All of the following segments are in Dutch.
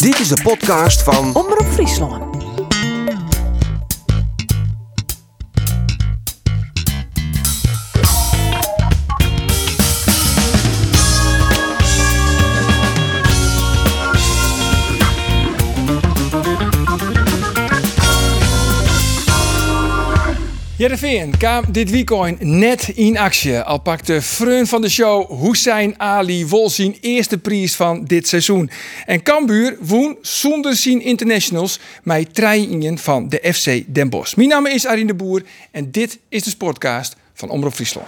Dit is de podcast van Omroep Friesland. Heerenveen kwam dit weekend net in actie. Al pakte vriend van de show Hussein Ali Wol zijn eerste prijs van dit seizoen. En Cambuur won zonder zijn internationals met trainingen van de FC Den Bosch. Mijn naam is Arjen de Boer en dit is de Sportcast van Omroep Friesland.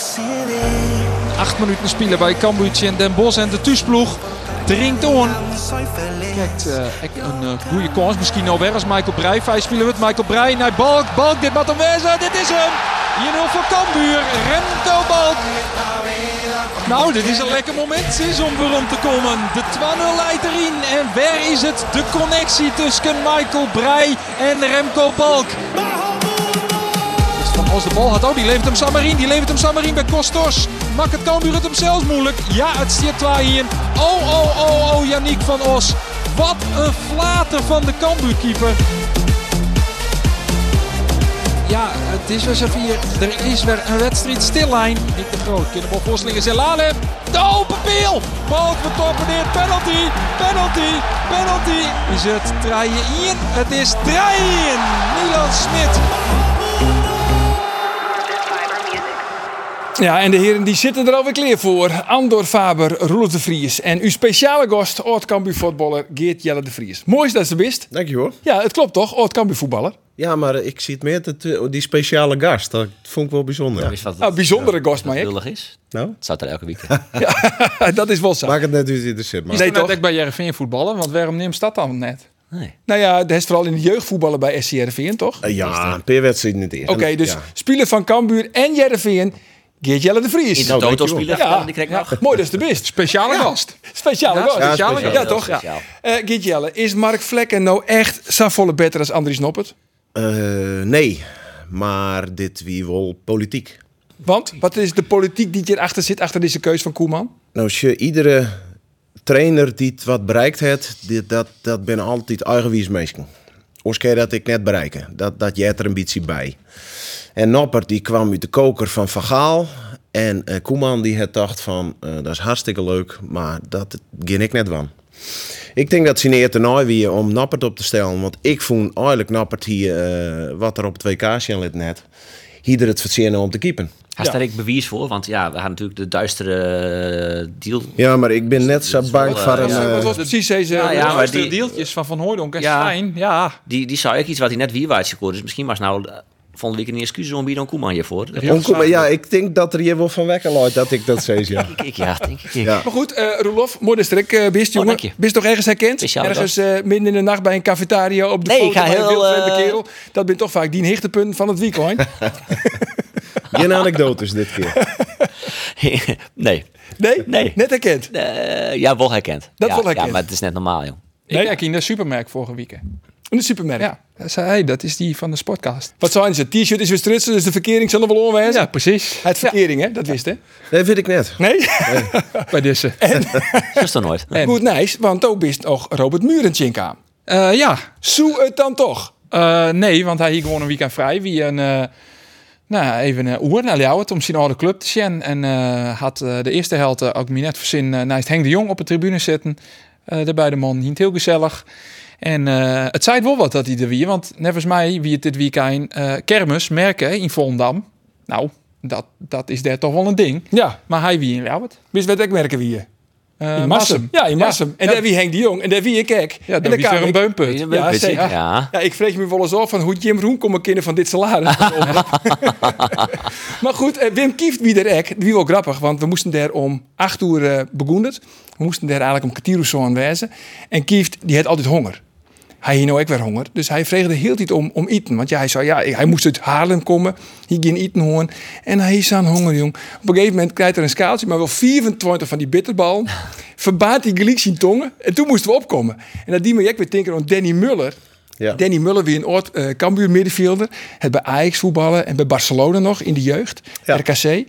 8 minuten spelen bij Cambuurtje en Den Bosch en de thuisploeg dringt on. Kijk, een goede kans. Misschien nou weer als Michael Breij. 5 spelen we het. Michael Breij naar Balk. Dit moet hem wezen. Dit is hem. 1-0 voor Cambuur. Remco Balk. Nou, dit is een lekker moment is om weer om te komen. De 2-0 leidt erin. En waar is het? De connectie tussen Michael Breij en Remco Balk. Als de bal had, die levert hem Samarin. Bij Kostos. Maakt het Cambuur het hem zelfs moeilijk. Ja, het stiert 2-1. Oh, Yannick van Os. Wat een flater van de Cambuurkeeper. Ja, het is weer zo vier. Er is weer een wedstrijd stillijn. Nick de Groot, kinderbal voorslingen. Zelale. De open peel. Balk betorpeneert. Penalty. Is het 3-1? Het is 3-1. Milan Smit. Ja, en de heren die zitten er alweer klaar voor. Andor Faber, Roelof de Vries en uw speciale gast, oud-Cambuur voetballer Geert Jelle de Vries. Mooi dat ze er bent. Dankjewel. Ja, het klopt toch, oud-Cambuur voetballer? Ja, maar ik zie het meer, die speciale gast, dat vond ik wel bijzonder. Ja, bijzondere gast, maar ik. Lullig is. Nou? Het staat er elke week. Ja, dat is wel zo. Maak het net uit in de zin, maar. Nee, Net toch? ook bij Heerenveen voetballen, want waarom neemt dat dan net? Nee. Nou ja, dat is vooral in de jeugdvoetballen bij SC Heerenveen, toch? Ja, een paar wedstrijden niet eerst. Oké, dus Ja. spelen van Cambuur en Heerenveen, Geert Jelle de Vries. In de Nou, Toto dankjewel. spelen, Ja, die krijg ik nog. mooi dat is de best. Speciale gast. Speciale gast. Ja, Speciale speciaal. Ja, toch? Speciaal. Geert Jelle, is Mark Vlekken nou echt savolle beter als Andries Noppert? Nee, maar dit wie wel politiek. Want, wat is de politiek die hierachter zit, achter deze keus van Koeman? Nou, als je iedere trainer die het wat bereikt heeft, dat ben altijd eigenwijs mensen. Als kan je dat ik net bereiken. Dat jij er een beetje bij. En Noppert die kwam uit de koker van Van Gaal. En Koeman die had dacht van, dat is hartstikke leuk, maar dat ging ik net van. Ik denk dat ze neer toernooi weer om Noppert op te stellen. Want ik vond eigenlijk Noppert hier, wat er op het WK zien net, hier het verzinnen om te keepen. Had daar ik bewijs voor? Want ja, we hadden natuurlijk de duistere deal. Ja, maar ik ben net zo bang voor een... Wat was precies deze... ja, maar De die- deeltjes van Hooijdonk en Ja. Stijn. Ja. Die zou ik iets wat hij net wie waard scoorde. Dus misschien was nou volgende week een excuus om Bidon Koeman hiervoor. Ja, ik denk dat er hier wel van wekken loopt dat ik dat zei, ja. Denk ik. Ja. Maar goed, Roelof, mooi dat je bist, jongen. dank je. Bist toch ergens herkend? Speciaal Ergens midden in de nacht bij een cafetaria op de Nee, foto ik ga bij een heel, wildvreemde kerel. Dat bent toch vaak die hichtepunt van het weekend. Geen anekdotes dit keer. Nee. Nee? Net herkend. Ja, wel herkend. Dat ja, wel herkend. Ja, maar het is net normaal, joh. Nee? Ik werk in de supermarkt vorige week. In de supermarkt. Ja, dat zei hij. Dat is die van de Sportcast. Wat zijn ze? T-shirt is weer strutsen, dus de verkering zullen wel onwijzen. Ja, precies. Het verkering, hè? Dat wist hè? Nee, vind ik net. Nee? Bij deze. Dat is toch nooit. En? Goed, nice, want ook bist nog Robert Murentjink aan. Ja. Zo het dan toch? Nee, want hij hier gewoon een weekend vrij. Wie een... even een oer naar Ljouwert om zijn oude club te zien. En had de eerste helft ook me net verzin naast Henk de Jong op de tribune zitten. Daarbij de man hield heel gezellig. En het zei wel wat dat hij er weer. Want nevens mij wie het dit weekend kermis merken in Volendam. Nou, dat is daar toch wel een ding. Ja. Maar hij wie in Ljouwert. Wist wat ik merken wie je? In Massum. Ja, in Massum. En daar wie Henk de Jong. En daar wie je kijk. Ja, en dan is er een beunput. Ja, zeker. Ja. Ja, ik vrees me wel eens af van hoe Jim Roen komen kennen van dit salaris. Maar goed, Wim Kieft wie er ook. Wie wel grappig, want we moesten daar om 8 uur begonnen. We moesten daar eigenlijk om kwartier of zo aan wezen. En Kieft, die had altijd honger. Hij hier nou ook weer honger. Dus hij vreegde heel tijd om eten. Want ja, hij zei, ja, hij moest uit Haarlem komen. Hier ging eten horen. En hij is aan honger, jong. Op een gegeven moment krijgt hij een skaaltje, maar wel 24 van die bitterballen. Verbaat hij gelijk zijn tongen. En toen moesten we opkomen. En dat die me ook weer denken aan Danny Muller. Ja. Danny Muller, wie een oud Cambuur middenvelder. Het bij Ajax voetballen en bij Barcelona nog in de jeugd. Ja. RKC.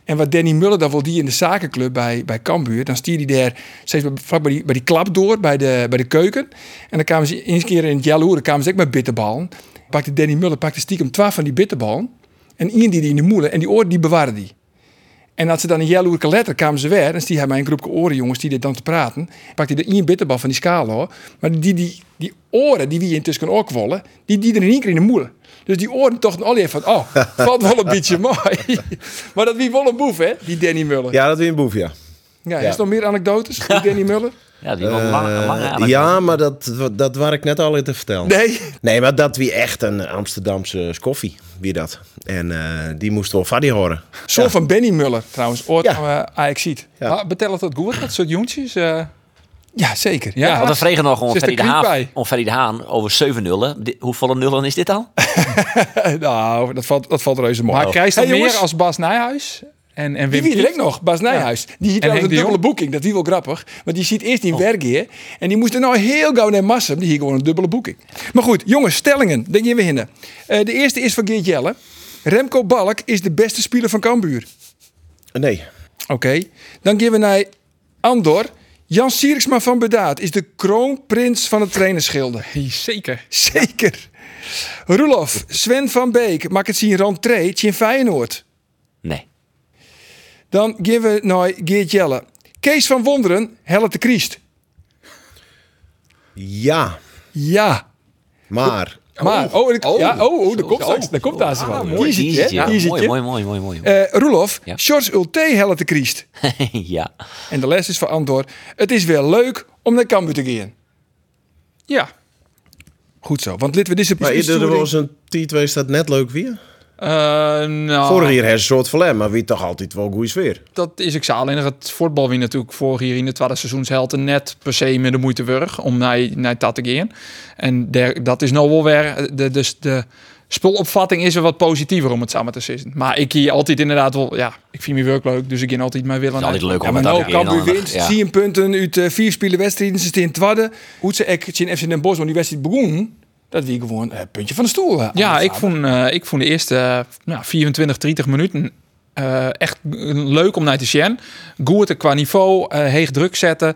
En wat Danny Muller, dan wil die in de zakenclub bij Cambuur. Dan stier hij daar steeds vlak bij die klap door, bij de keuken. En dan kwamen ze eens keer in het jaloer, dan kwamen ze ook met bitterballen. Pakte Danny Muller stiekem 12 van die bitterballen. En één die in de moelen en die oren die bewaarde die. En als ze dan een jaloerlijke letter kwamen ze weer. En stier hij mij een groepje orenjongens die dit dan te praten. Pakte hij er één bitterbal van die schaal hoor. Maar die oren die wie intussen ook wollen, die er in één keer in de moelen. Dus die oren toch al even van, valt wel een beetje mooi. Maar dat wie wel een boef, hè, die Danny Muller. Ja, dat wie een boef, ja. Ja, is er nog meer anekdotes, die Danny Muller? Ja, die was lang ja, maar dat waar ik net al in te vertellen. Nee, maar dat wie echt een Amsterdamse skoffie, wie dat. En die moest wel Faddy horen. Zo van Benny Muller, trouwens, ooit Ajaxiet. Ja. Maar betel het goed, dat soort jongetjes? Ja, zeker. Ja, want we vregen nog om Ferry de Haan over 7 nullen. Hoeveel nullen is dit dan? Nou, dat valt reuze mooi. Maar krijgt er meer als Bas Nijhuis? En Wim die wie direct nog, Bas Nijhuis. Ja. Die hield een dubbele boeking, dat is wel grappig. Want die ziet eerst in Wergeer. En die moest er nou heel gauw naar Massum. Die hier gewoon een dubbele boeking. Maar goed, jongens, stellingen. Denk je we hinnen. De eerste is van Geert Jelle. Remco Balk is de beste speler van Cambuur. Nee. Oké. Dan gaan we naar Andor. Jan Sierksma van Bedaat is de kroonprins van het trainerschilde. Zeker. Zeker. Roelof, Sven van Beek maakt het zien rentree in Feyenoord. Nee. Dan gaan we naar Geert Jelle. Kees van Wonderen, Helle de Christ. Ja. Ja. Maar. Daar komt straks. Daar komt daar zo van. Mooi. Roelof, Sjors Ulte, Helle de Christ. Ja. En de les is van Andor. Het is weer leuk om naar Cambuur te gaan. Ja. Goed zo, want lid we deze Maar er was een T2 staat net leuk weer. Vorig jaar heeft een soort verlem, maar wie toch altijd wel goede sfeer. Dat is ik zo. Alleen het voetbal wie natuurlijk vorig jaar in de tweede seizoenshelft net per se met de moeite wurg om naar dat te gaan. En dat is nou wel weer de spulopvatting is er wat positiever om het samen te zitten. Maar ik hier altijd inderdaad wel, ik vind mijn werk leuk, dus ik ga altijd maar willen. Het is altijd leuk om maar nou Cambuur wint, 10 punten uit 4 spelen wedstrijden, ze staan tweede. Hoe ze in FC Den Bosch, want die wedstrijd begon. Dat wie gewoon een puntje van de stoel. Ik vond de eerste 24, 30 minuten echt leuk om naar te zien. Goed qua niveau, heeg druk zetten.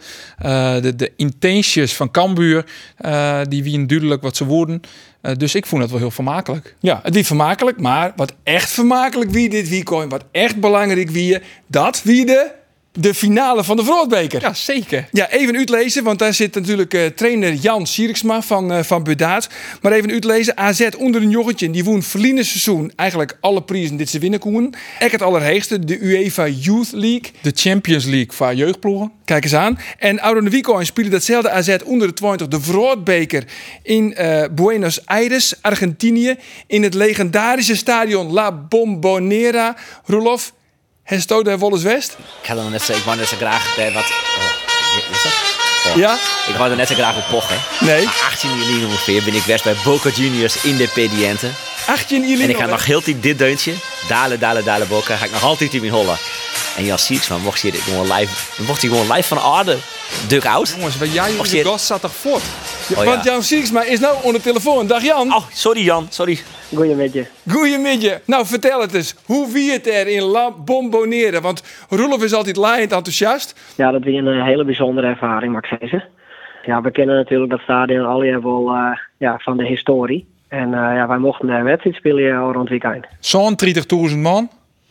De intenties van Cambuur, die wie duidelijk wat ze worden. Dus ik vond het wel heel vermakelijk. Ja, het wie vermakelijk, maar wat echt vermakelijk wie dit weekend, wat echt belangrijk wie, dat wie de finale van de Vrootbeker. Ja, zeker. Ja, even uitlezen, want daar zit natuurlijk trainer Jan Sierksma van Bedaat. Maar even uitlezen, AZ onder een joggetje, die woon verliezen seizoen eigenlijk alle prijzen dit ze winnen koen. Echt het allerheegste, de UEFA Youth League. De Champions League voor jeugdploegen. Kijk eens aan. En oude weekend spelen datzelfde AZ onder de 20, de Vrootbeker in Buenos Aires, Argentinië. In het legendarische stadion La Bombonera. Roelof, en stoot daar Wolles West? Ik wou net zo graag wat. Is dat? Oh. Ja? Ik wou er net zo graag op pochen. Nee. 18 juli ongeveer ben ik West bij Boca Juniors Independiente. 18 juli. En ik ga nog heel dit deuntje. Dalen Boca. Ga ik nog altijd in mijn hollen. En Jan Sierksma mocht hij gewoon live van aarde. Duk out. Jongens, jij in de gast zat toch voort? Want Jan Sierksma is nou onder de telefoon. Dag Jan. Oh, sorry Jan. Sorry. Goeiemiddag. Nou, vertel het eens. Hoe wie het er in La Bombonera? Want Roelof is altijd laaiend enthousiast. Ja, dat is een hele bijzondere ervaring, mag ik zeggen. Ja, we kennen natuurlijk dat stadion al wel van de historie. En wij mochten een wedstrijd spelen rond het weekend. Zo'n 30.000 man?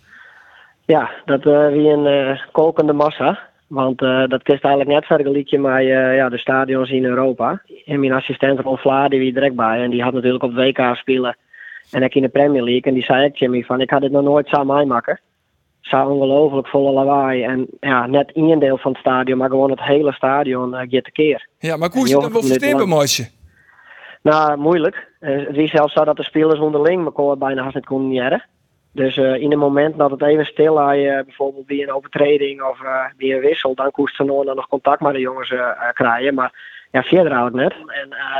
Ja, dat wie een kolkende massa. Want dat kist eigenlijk net vergelijken met de stadions in Europa. En mijn assistent Ron Vlaar, die wie direct bij. En die had natuurlijk op het WK spelen. En ik in de Premier League. En die zei ik Jimmy van, ik had dit nog nooit samen meemaken. Zo ongelooflijk volle lawaai. En ja, net één deel van het stadion, maar gewoon het hele stadion gaat tekeer. Ja, maar hoe is het dan wel verstaan, Moosje? Nou, moeilijk. Het is zelfs zo dat de spelers onderling elkaar bijna haast niet konden jaren. Dus in een moment dat het even stil je bijvoorbeeld bij een overtreding of bij een wissel, dan koest ze nog contact met de jongens krijgen. Maar ja, verder eigenlijk net.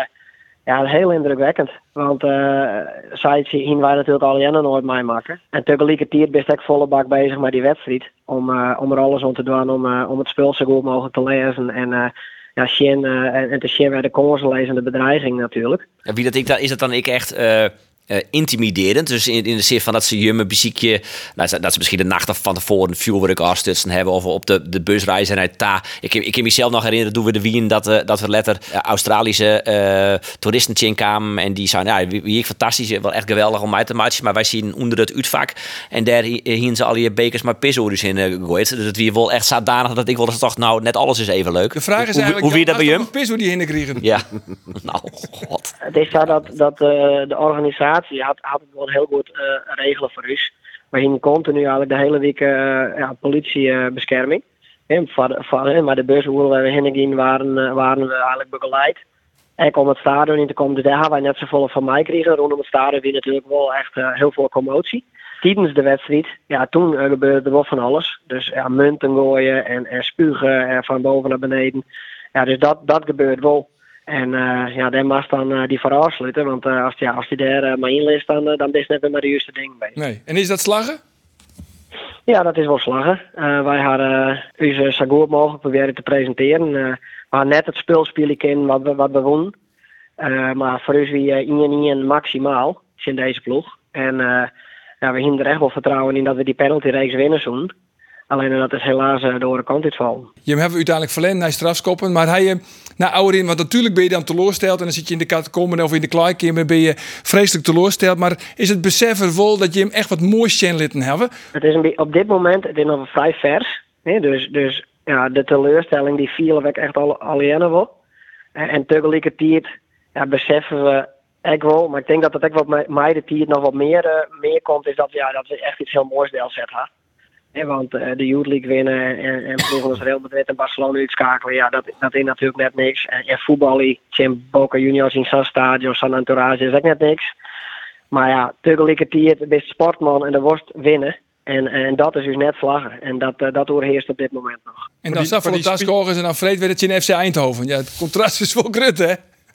En heel indrukwekkend. Want zij zien wij natuurlijk al jaren nooit meemaken. En tegelijkertijd ben ik volle bak bezig met die wedstrijd. Om er alles om te doen om het spel zo goed mogelijk te lezen. En te zien bij de kansen lezen de bedreiging natuurlijk. Ja, wie dat ik dan is dat dan ik echt intimiderend. Dus in de zin van dat ze je muziekje... dat ze misschien de nacht van tevoren vuurwerk afstutsen hebben... of op de busreizen uit Ta. Ik kan mezelf nog herinneren toen we de Wien... dat we letter Australische toeristen kwamen... en die zeiden, wie ik fantastisch, wel echt geweldig om mij te maken... maar wij zien onder het uitvak... en daar hien ze al je bekers maar pisoorus in gegooid. Dus het weer wel echt zodanig dat ik wel eens dacht... nou, net alles is even leuk. De vraag is eigenlijk... hoe wie dat bij je? Pis hoe die hinnen kregen. Ja, nou, god. Het is zo dat de organisatie had het wel heel goed regelen voor ons. We hingen continu eigenlijk de hele week politiebescherming. Maar de bussen waar we heen gingen waren we eigenlijk begeleid. En om het stadion in te komen, dus daar hebben wij net zoveel van mij kregen. Rondom het stadion weer natuurlijk wel echt heel veel commotie. Tijdens de wedstrijd, toen gebeurde er wel van alles. Dus munten gooien en spugen van boven naar beneden. Ja, dus dat gebeurt wel. En daar mag dan die voor afsluiten. Want als die daar maar in ligt, dan is het net meer de juiste ding bij. Nee. En is dat slaggen? Ja, dat is wel slaggen. Wij hadden ons zo goed mogelijk proberen te presenteren. We hadden net het spulspelen kennen wat we wonnen. Maar voor ons wie 1-1 maximaal in deze ploeg. En we hielden er echt wel vertrouwen in dat we die penaltyreeks winnen zoen. Alleen dat is helaas door de kant vallen. Je hebt uiteindelijk verlend naar strafskoppen, maar hij ouderin, want natuurlijk ben je dan teleurgesteld en dan zit je in de catacomben of in de kleikamer ben je vreselijk teleurgesteld. Maar is het besef er wel dat je hem echt wat moois litten hebben? Het is op dit moment het is nog vrij vers. Hè? Dus de teleurstelling die viel ik echt al wel. En tegelijkertijd beseffen we echt wel, maar ik denk dat het ook wat mij de tijd nog wat meer komt, is dat we echt iets heel moois deel zetten. Want de Youth League winnen en ploegen als Real Madrid en Barcelona uitschakelen, dat is natuurlijk net niks. En voetballen, in Boca Juniors in zo'n stadion, zo'n entourage is ook net niks. Maar tegelijkertijd best sportman en de worst winnen. En dat is dus net vlaggen. En dat overheerst op dit moment nog. En dan staat voor de taskogers en dan vreed weer het in FC Eindhoven. Ja, het contrast is wel grut, hè?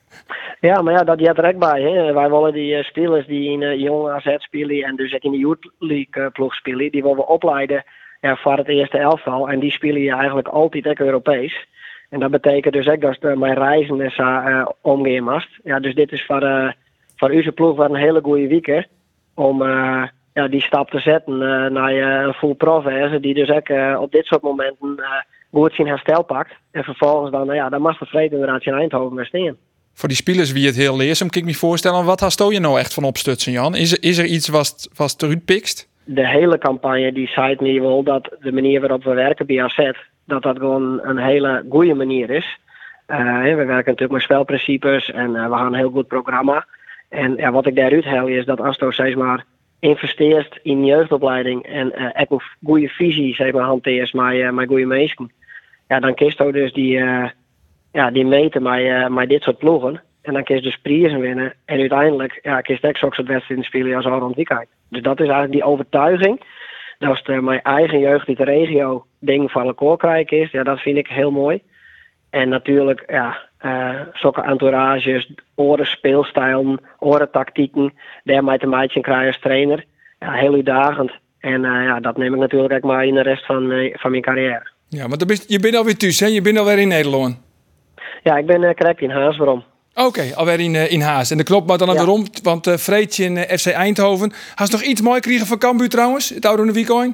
Ja, maar dat je er ook bij. Hè. Wij willen die spelers die in jonge AZ spelen en dus ook in de Youth League ploeg spelen, die willen we opleiden voor het eerste elftal. En die spelen je eigenlijk altijd ook Europees. En dat betekent dus ook dat mijn reizen is omgaan mast. Ja, dus dit is voor onze ploeg een hele goede week om die stap te zetten naar een full prof. Die dus ook op dit soort momenten goed zijn herstel pakt. En vervolgens dan mag de vrede inderdaad in Eindhoven weer staan. Voor die spelers wie het heel leerzaam, kan ik me voorstellen. Wat hast je nou echt van opstutsen, Jan? Is er iets wat eruit pikst? De hele campagne die zei me wel dat de manier waarop we werken bij AZ, dat gewoon een hele goede manier is. We werken natuurlijk met spelprincipes en we hebben een heel goed programma. En wat ik daaruit haal is dat als je steeds maar investeert in jeugdopleiding en echt een goede visie zeg maar, hanteert met goede mensen, dan kiest je dus die meten met dit soort ploegen. En dan kun je dus prijzen winnen. En uiteindelijk kun je ook zo'n soort wedstrijden spelen als al weekend. Dus dat is eigenlijk die overtuiging. Dat mijn eigen jeugd uit de regio dingen van elkaar krijgen is. Ja, dat vind ik heel mooi. En natuurlijk, zulke entourages, oren speelstijlen, oren tactieken. Daarmee te maken krijgen als trainer. Ja, heel uitdagend. En dat neem ik natuurlijk ook maar in de rest van mijn carrière. Ja, maar je bent alweer thuis, hè? Je bent alweer in Nederland. Ja, ik ben correct in Haas, waarom? Oké, alweer in Haas. En de knop maar dan weer om, want Freedje in FC Eindhoven. Had nog iets mooi gekregen van Cambuur trouwens, het oude weekend?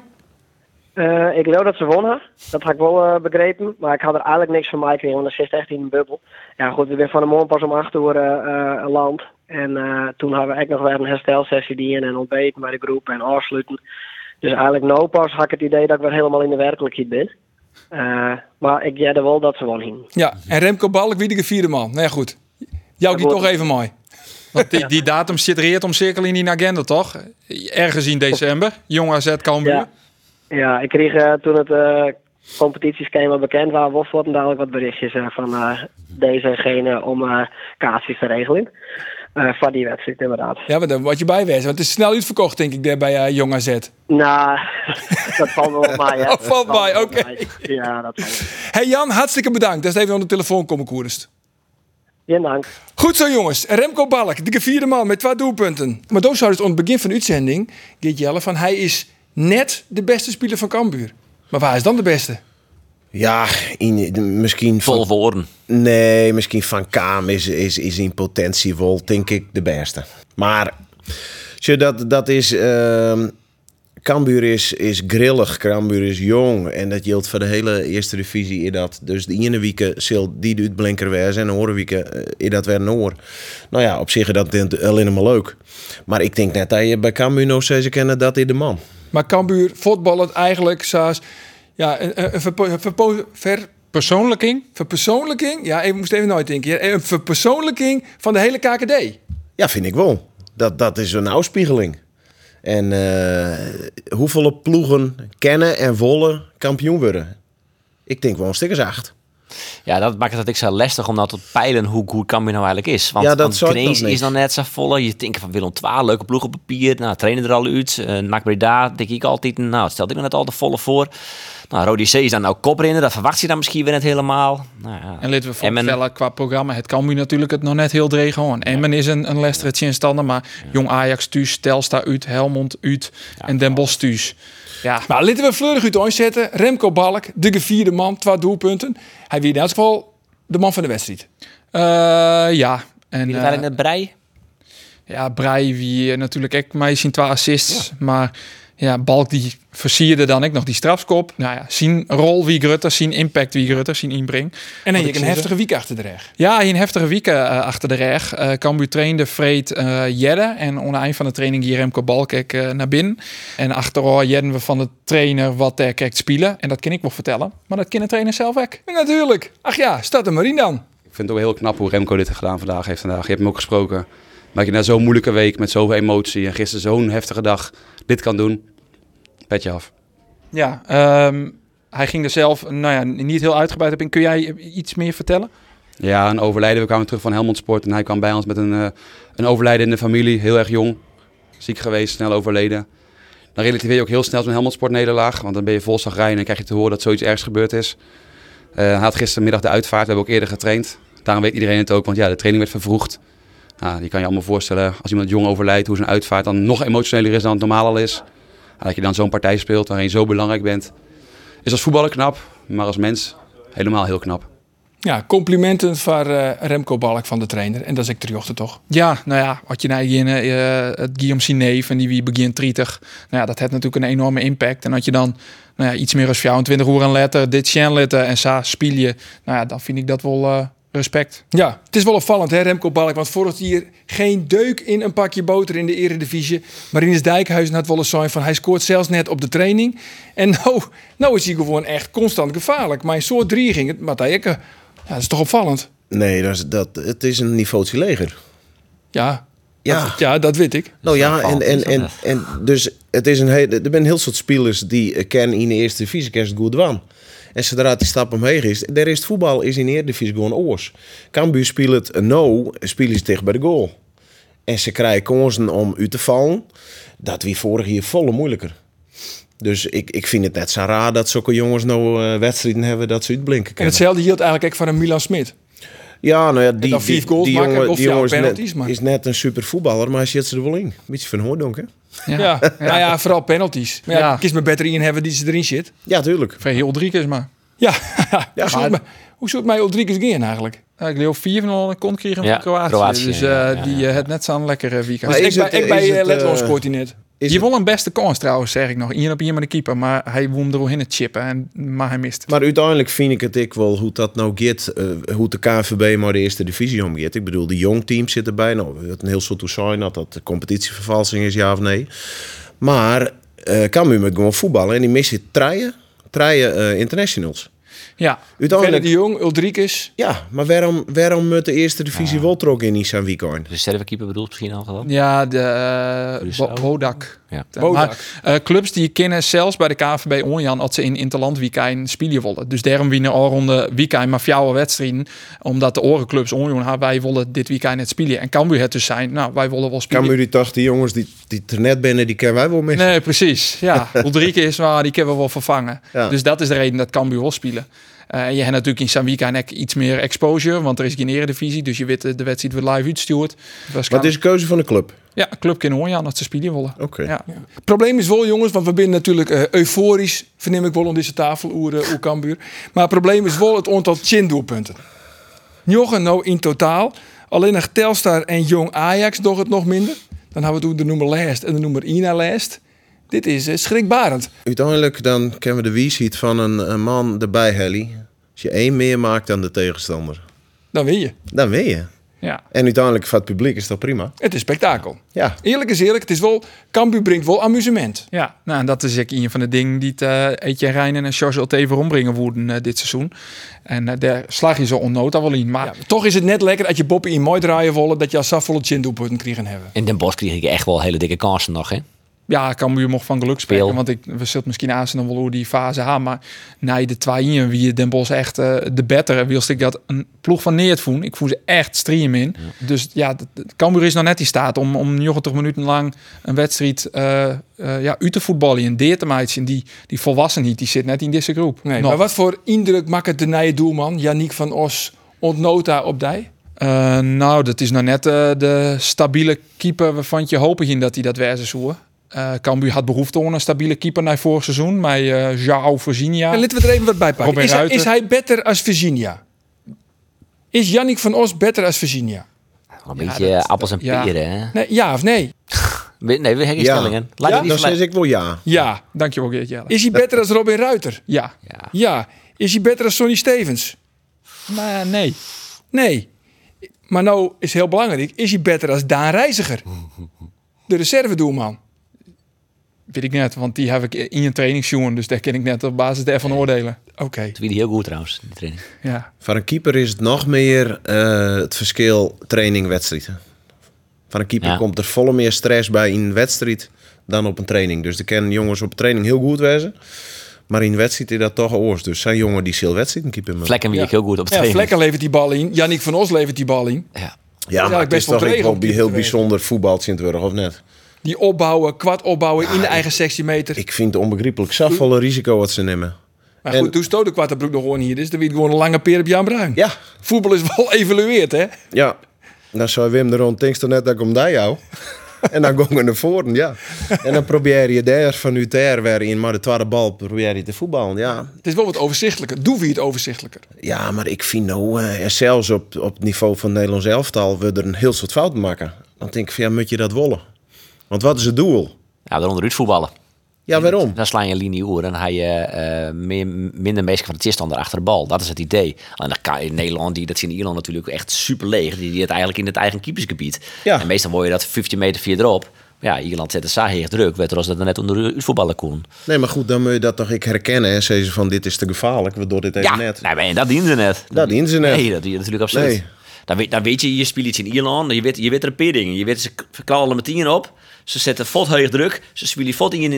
Ik geloof dat ze wonnen. Dat had ik wel begrepen. Maar ik had er eigenlijk niks van mij gekregen, want dat zit echt in een bubbel. Ja goed, we zijn van de morgen pas om 8 uur land. En toen hadden we echt nog weer een herstelsessie die in en ontbeten bij de groep en afsluiten. Dus eigenlijk nou pas had ik het idee dat ik weer helemaal in de werkelijkheid ben. Maar ik jette wel dat ze wonnen. Ja, en Remco Balk wie de vierde man. Nou ja, goed. Jou die toch even mooi. Want die datum zit reed om cirkel in die agenda, toch? Ergens in december. Jong AZ Cambuur. Ja, ik kreeg toen het competitieschema bekend waren, Wolfswort en dadelijk wat berichtjes van deze en gene om kaartjes te regelen. Van die wedstrijd inderdaad. Ja, maar dan word je bijwezen. Want het is snel uitverkocht, denk ik, daar bij Jong AZ. Nou, dat valt wel op mij. Hè. Oh, valt mij, oké. Ja, dat valt. Hey Jan, hartstikke bedankt. Dat is even aan de telefoon komen koerst. Ja, dank. Goed zo jongens. Remco Balk, de vierde man met 2 doelpunten. Maar dan zou het aan het begin van de uitzending, Geert Jelle, van hij is net de beste speler van Cambuur. Maar waar is dan de beste? Ja, misschien Vol woorden. Nee, misschien Van Kaam is in potentie wel, denk ik, de beste. Maar Dat is... Cambuur is grillig, Cambuur is jong. En dat geldt voor de hele eerste divisie. Dus de ene week zal die uitblinker wezen. En de andere week is dat weer Noor. Nou ja, op zich is dat alleen maar leuk. Maar ik denk net dat je bij Cambuur nog steeds kennen dat is de man. Maar Cambuur voetballt eigenlijk zoals... Ja, verpersoonlijking? Ja, ik moest even nooit denken. Ja, een verpersoonlijking van de hele KKD. Ja, vind ik wel. Dat is een afspiegeling. En hoeveel ploegen kennen en willen kampioen worden? Ik denk wel een stuk als 8. Ja, dat maakt het zo lastig om nou te peilen hoe goed Cambuur nou eigenlijk is. Want, ja, dat want Knees is nog net zo volle. Je denkt van Willem II, leuke ploeg op papier. Nou, trainen er al uit. NAC Breda, denk ik altijd. Nou, het stelt ik nog net al de volle voor. Nou, Rode C is dan nou koprenner. Dat verwacht je dan misschien weer net helemaal. Nou, ja. En laten we voorstellen qua programma. Het Cambuur natuurlijk het nog net heel dreig gewoon. Emmen is een Leicester instander. Maar Jong Ajax thuis, Telstar uit, Helmond uit en Den Bosch thuis. Ja. Maar laten we vleurig uit ons zetten. Remco Balk, de gevierde man, 2 doelpunten. Hij wie in elk geval de man van de wedstrijd. Ja. En wie eigenlijk net Brei? Ja, Brei wie natuurlijk ook mij zien 2 assists. Ja. Maar ja, Balk die versierde dan ook nog die strafskop. Nou ja, zien rol wie Grutter, zien impact wie Grutter, zien inbreng. En dan heb je een heftige week achter de reg. Ja, een heftige week achter de reg. Cambuur trainde Freed Jedde. En onder eind van de training hier Remco Balk naar binnen. En achteraf jedden we van de trainer wat hij kijkt spelen. En dat kan ik wel vertellen. Maar dat kan de trainer zelf ook. Ja, natuurlijk. Ach ja, staat er maar in dan. Ik vind het ook heel knap hoe Remco dit gedaan vandaag heeft. Je hebt hem ook gesproken. Maar je na zo'n moeilijke week met zoveel emotie en gisteren zo'n heftige dag dit kan doen. Petje af. Ja, hij ging er zelf niet heel uitgebreid op in. Kun jij iets meer vertellen? Ja, een overlijden. We kwamen terug van Helmond Sport en hij kwam bij ons met een overlijden in de familie. Heel erg jong, ziek geweest, snel overleden. Dan relativeer je ook heel snel zo'n Helmond Sport nederlaag. Want dan ben je vol zagrijn en dan krijg je te horen dat zoiets ergs gebeurd is. Hij had gistermiddag de uitvaart. We hebben ook eerder getraind. Daarom weet iedereen het ook, want ja, de training werd vervroegd. Je kan je allemaal voorstellen, als iemand jong overlijdt, hoe zijn uitvaart dan nog emotioneler is dan het normaal al is. Dat je dan zo'n partij speelt waarin je zo belangrijk bent. Is als voetballer knap, maar als mens helemaal heel knap. Ja, complimenten voor Remco Balk van de trainer. En dat is ik terjochte toch? Ja, nou ja, wat je nou hier het Guillaume Sineef en die wie begint 30. Nou ja, dat heeft natuurlijk een enorme impact. En dat je dan iets meer als 24 uur en letter dit Sjenletten en Sa speel je. Nou ja, dan vind ik dat wel respect. Ja, het is wel opvallend hè, Remco Balk. Want vorig jaar geen deuk in een pakje boter in de Eredivisie. Marinus Dijkhuizen had wel eens zo'n van hij scoort zelfs net op de training. En nou is hij gewoon echt constant gevaarlijk. Maar in soort 3 ging het, maar dat is toch opvallend? Nee, het is een niveautje leger. Ja, dat weet ik. Nou ja, en dus het is er zijn heel soort spelers die kennen in de eerste divisie kerst goed wan. En zodra die stap omheen is, daar is het voetbal is in de Eredivisie gewoon oors. Cambuur speelt het spelen ze tegen bij de goal. En ze krijgen kansen om uit te vallen. Dat wie vorig jaar volle moeilijker. Dus ik vind het net zo raar dat zulke jongens nou wedstrijden hebben dat ze uitblinken kunnen. En hetzelfde hield eigenlijk ook van een Milan Smit. Ja, nou ja, die jongen is net een super voetballer, maar hij zit ze er wel in. Beetje van Hoordonk, hè? Ja, vooral penalties. Maar ja, kies me beter in hebben die ze erin zit. Ja, tuurlijk. Vrij heel Ulrikes, maar. Ja, hoe zou het mij Ulrikes gaan eigenlijk? Ik leeuw 4 van kon krijgen van Kroatië. Dus die het net zo'n lekkere weekend. Dus ik bij Letland scoort hij net. Je won een beste kans trouwens, zeg ik nog. 1 op 1 met de keeper, maar hij won er in het chippen, maar hij mist. Maar uiteindelijk vind ik het ik wel hoe dat nou gaat, hoe de KNVB maar de eerste divisie omgaat. Ik bedoel, die jong teams zitten erbij. Nou, het een heel soort zijn dat de competitievervalsing is, ja of nee. Maar Cambuur met gewoon voetballen en die missen treien internationals. Ja, uiteindelijk de Jong, Ulrikes. Ja, maar waarom moet de eerste divisie wel trokken in Nissan weekend? De sterrenkeeper bedoelt misschien al gedaan? Ja, de Bodak. Ja. Maar clubs die kennen zelfs bij de KNVB onjan als ze in interland weekend spelen willen. Dus daarom winnen al ronde weekend maar 4 wedstrijden, omdat de orenclubs onjan wij willen dit weekend net spelen. En Cambuur het dus zijn, nou wij willen wel spelen. Cambuur die 80 jongens die er net binnen, die kennen wij wel missen. Nee, precies. Ja, Ulrikes die kunnen we wel vervangen. Ja. Dus dat is de reden dat Cambuur wil spelen. Je hebt natuurlijk in zijn weekend iets meer exposure, want er is geen eredivisie, dus je weet de wedstrijd wordt live uitgestuurd. Wat is de keuze van de club? Ja, club kan hoor dat ze spelen willen. Oké. Ja. Het probleem is wel, jongens, want we zijn natuurlijk euforisch, verneem ik wel om deze tafel, oer Cambuur. Maar het probleem is wel het aantal doelpunten. 9 nou in totaal. Alleen nog Telstar en Jong Ajax doen het nog minder. Dan hebben we toen de nummer lijst en de nummer 1 naar lijst. Dit is schrikbarend. Uiteindelijk dan kennen we de wijsheid van een man erbij, Helly. Als je 1 meer maakt dan de tegenstander, Dan win je. dan win je. Ja. En uiteindelijk voor het publiek is dat prima. Het is spektakel. Ja. Eerlijk is eerlijk, het is wel... Cambuur brengt wel amusement. Ja, nou, en dat is ook een van de dingen die het Etienne Rijnen en George Ultever ombrengen worden dit seizoen. En daar slag je zo onnota wel in. Maar Ja, toch is het net lekker dat je Boppie in mooi draaien willen... dat je als volle chin-doelpunten krijgen hebben. In Den Bosch kreeg ik echt wel hele dikke kansen nog, hè? ja, Cambuur mocht van geluk spreken. Speel. Want we zullen misschien aanstaan dan wel hoe die fase gaan. Maar na de 2-1 wie Den Bosch echt de betere. Wilde ik dat een ploeg van Neert voen. Ik voel ze echt stream in. Ja. Dus ja, Cambuur is nog net in staat om 90 minuten lang een wedstrijd uit te voetballen. En deer te maken. Die volwassenheid die zit net in deze groep. Nee, Nog. maar wat voor indruk maakt het de nieuwe doelman... Yannick van Os ontnota op die? Nou, dat is nou net de stabiele keeper waarvan je hopen ging dat hij dat wezen zou. Cambuur had behoefte aan een stabiele keeper na vorig seizoen. Met João Virginia. En laten we er even wat bij pakken. Robin Ruiter. Is hij beter als Virginia? Is Yannick van Os beter als Virginia? Een beetje appels en peren, hè? Nee, ja of nee? Nee, we hebben geen Ja. stellingen. Laat Ja? het Dan niet zeg ik wel ja. Ja. Dankjewel Geert Jelle. Is hij beter als Robin Ruiter? Ja. Ja. Ja. Is hij beter als Sonny Stevens? Maar nee. Nee. Maar nou is heel belangrijk. Is hij beter als Daan Reiziger? De reservedoelman. Weet ik net, want die heb ik in een trainingsjoen. Dus daar kan ik net op basis daarvan oordelen. Oké. Het wie die heel goed trouwens, die training. Ja. Voor een keeper is het nog meer het verschil training-wedstrijd. Voor een keeper Ja. komt er volle meer stress bij in een wedstrijd dan op een training. Dus er kennen jongens op training heel goed wezen. Maar in een wedstrijd is dat toch oors. Dus zijn jongen die veel wedstrijd een keeper maken. Vlekken wie ik heel goed op Ja, training. Vlekken levert die bal in. Yannick van Os levert die bal in. Ja. Ja, eigenlijk maar het best is wel toch geregeld wel op die heel geweest. bijzonder voetbal Sint-Wurg, of net? Die opbouwen, kwart opbouwen in de eigen sectiemeter. Ik vind het onbegrijpelijk. Zoveel risico wat ze nemen. Maar en- goed, toen stoot de Kwartenbroek nog gewoon hier. Dus dan weet gewoon een lange peer op Jan Bruin. Ja, Voetbal is wel evalueerd, hè? ja. Dan zou Wim er rond, denk je net dat ik om daar jou. En dan gong we naar voren, ja. En dan probeer je daar van UTR weer in, maar de tweede bal probeer je te voetballen, ja. Het is wel wat overzichtelijker. Doe wie het overzichtelijker. Ja, maar ik vind nou, en zelfs op het niveau van het Nederlands elftal, we er een heel soort fouten maken. Dan denk ik van, ja, moet je dat willen? Want wat is het doel? Ja, dan onderuit voetballen. Ja, waarom? Dan sla je een linie oer en dan ga je minder mensen van de tegenstander achter de bal. Dat is het idee. En dan kan in Nederland, dat is in Ierland natuurlijk echt super leeg. Die het eigenlijk in het eigen keepersgebied. Ja. En meestal word je dat 15 meter verderop. Ja, Ierland zet de saai heel druk. Weet je, als dat er net onder voetballen kon. Nee, maar goed, dan moet je dat toch ik herkennen. En zeggen ze van, dit is te gevaarlijk, we doen dit even Ja, net. nee, maar dat dienen ze net. Dat dienen ze net. Nee, dat dienen natuurlijk absoluut. Nee. Dan weet je speelt iets in Ierland. Je weet er een paar dingen. Je weet, ze knallen met 10 op. Ze zetten vol heug druk. Ze spelen vol in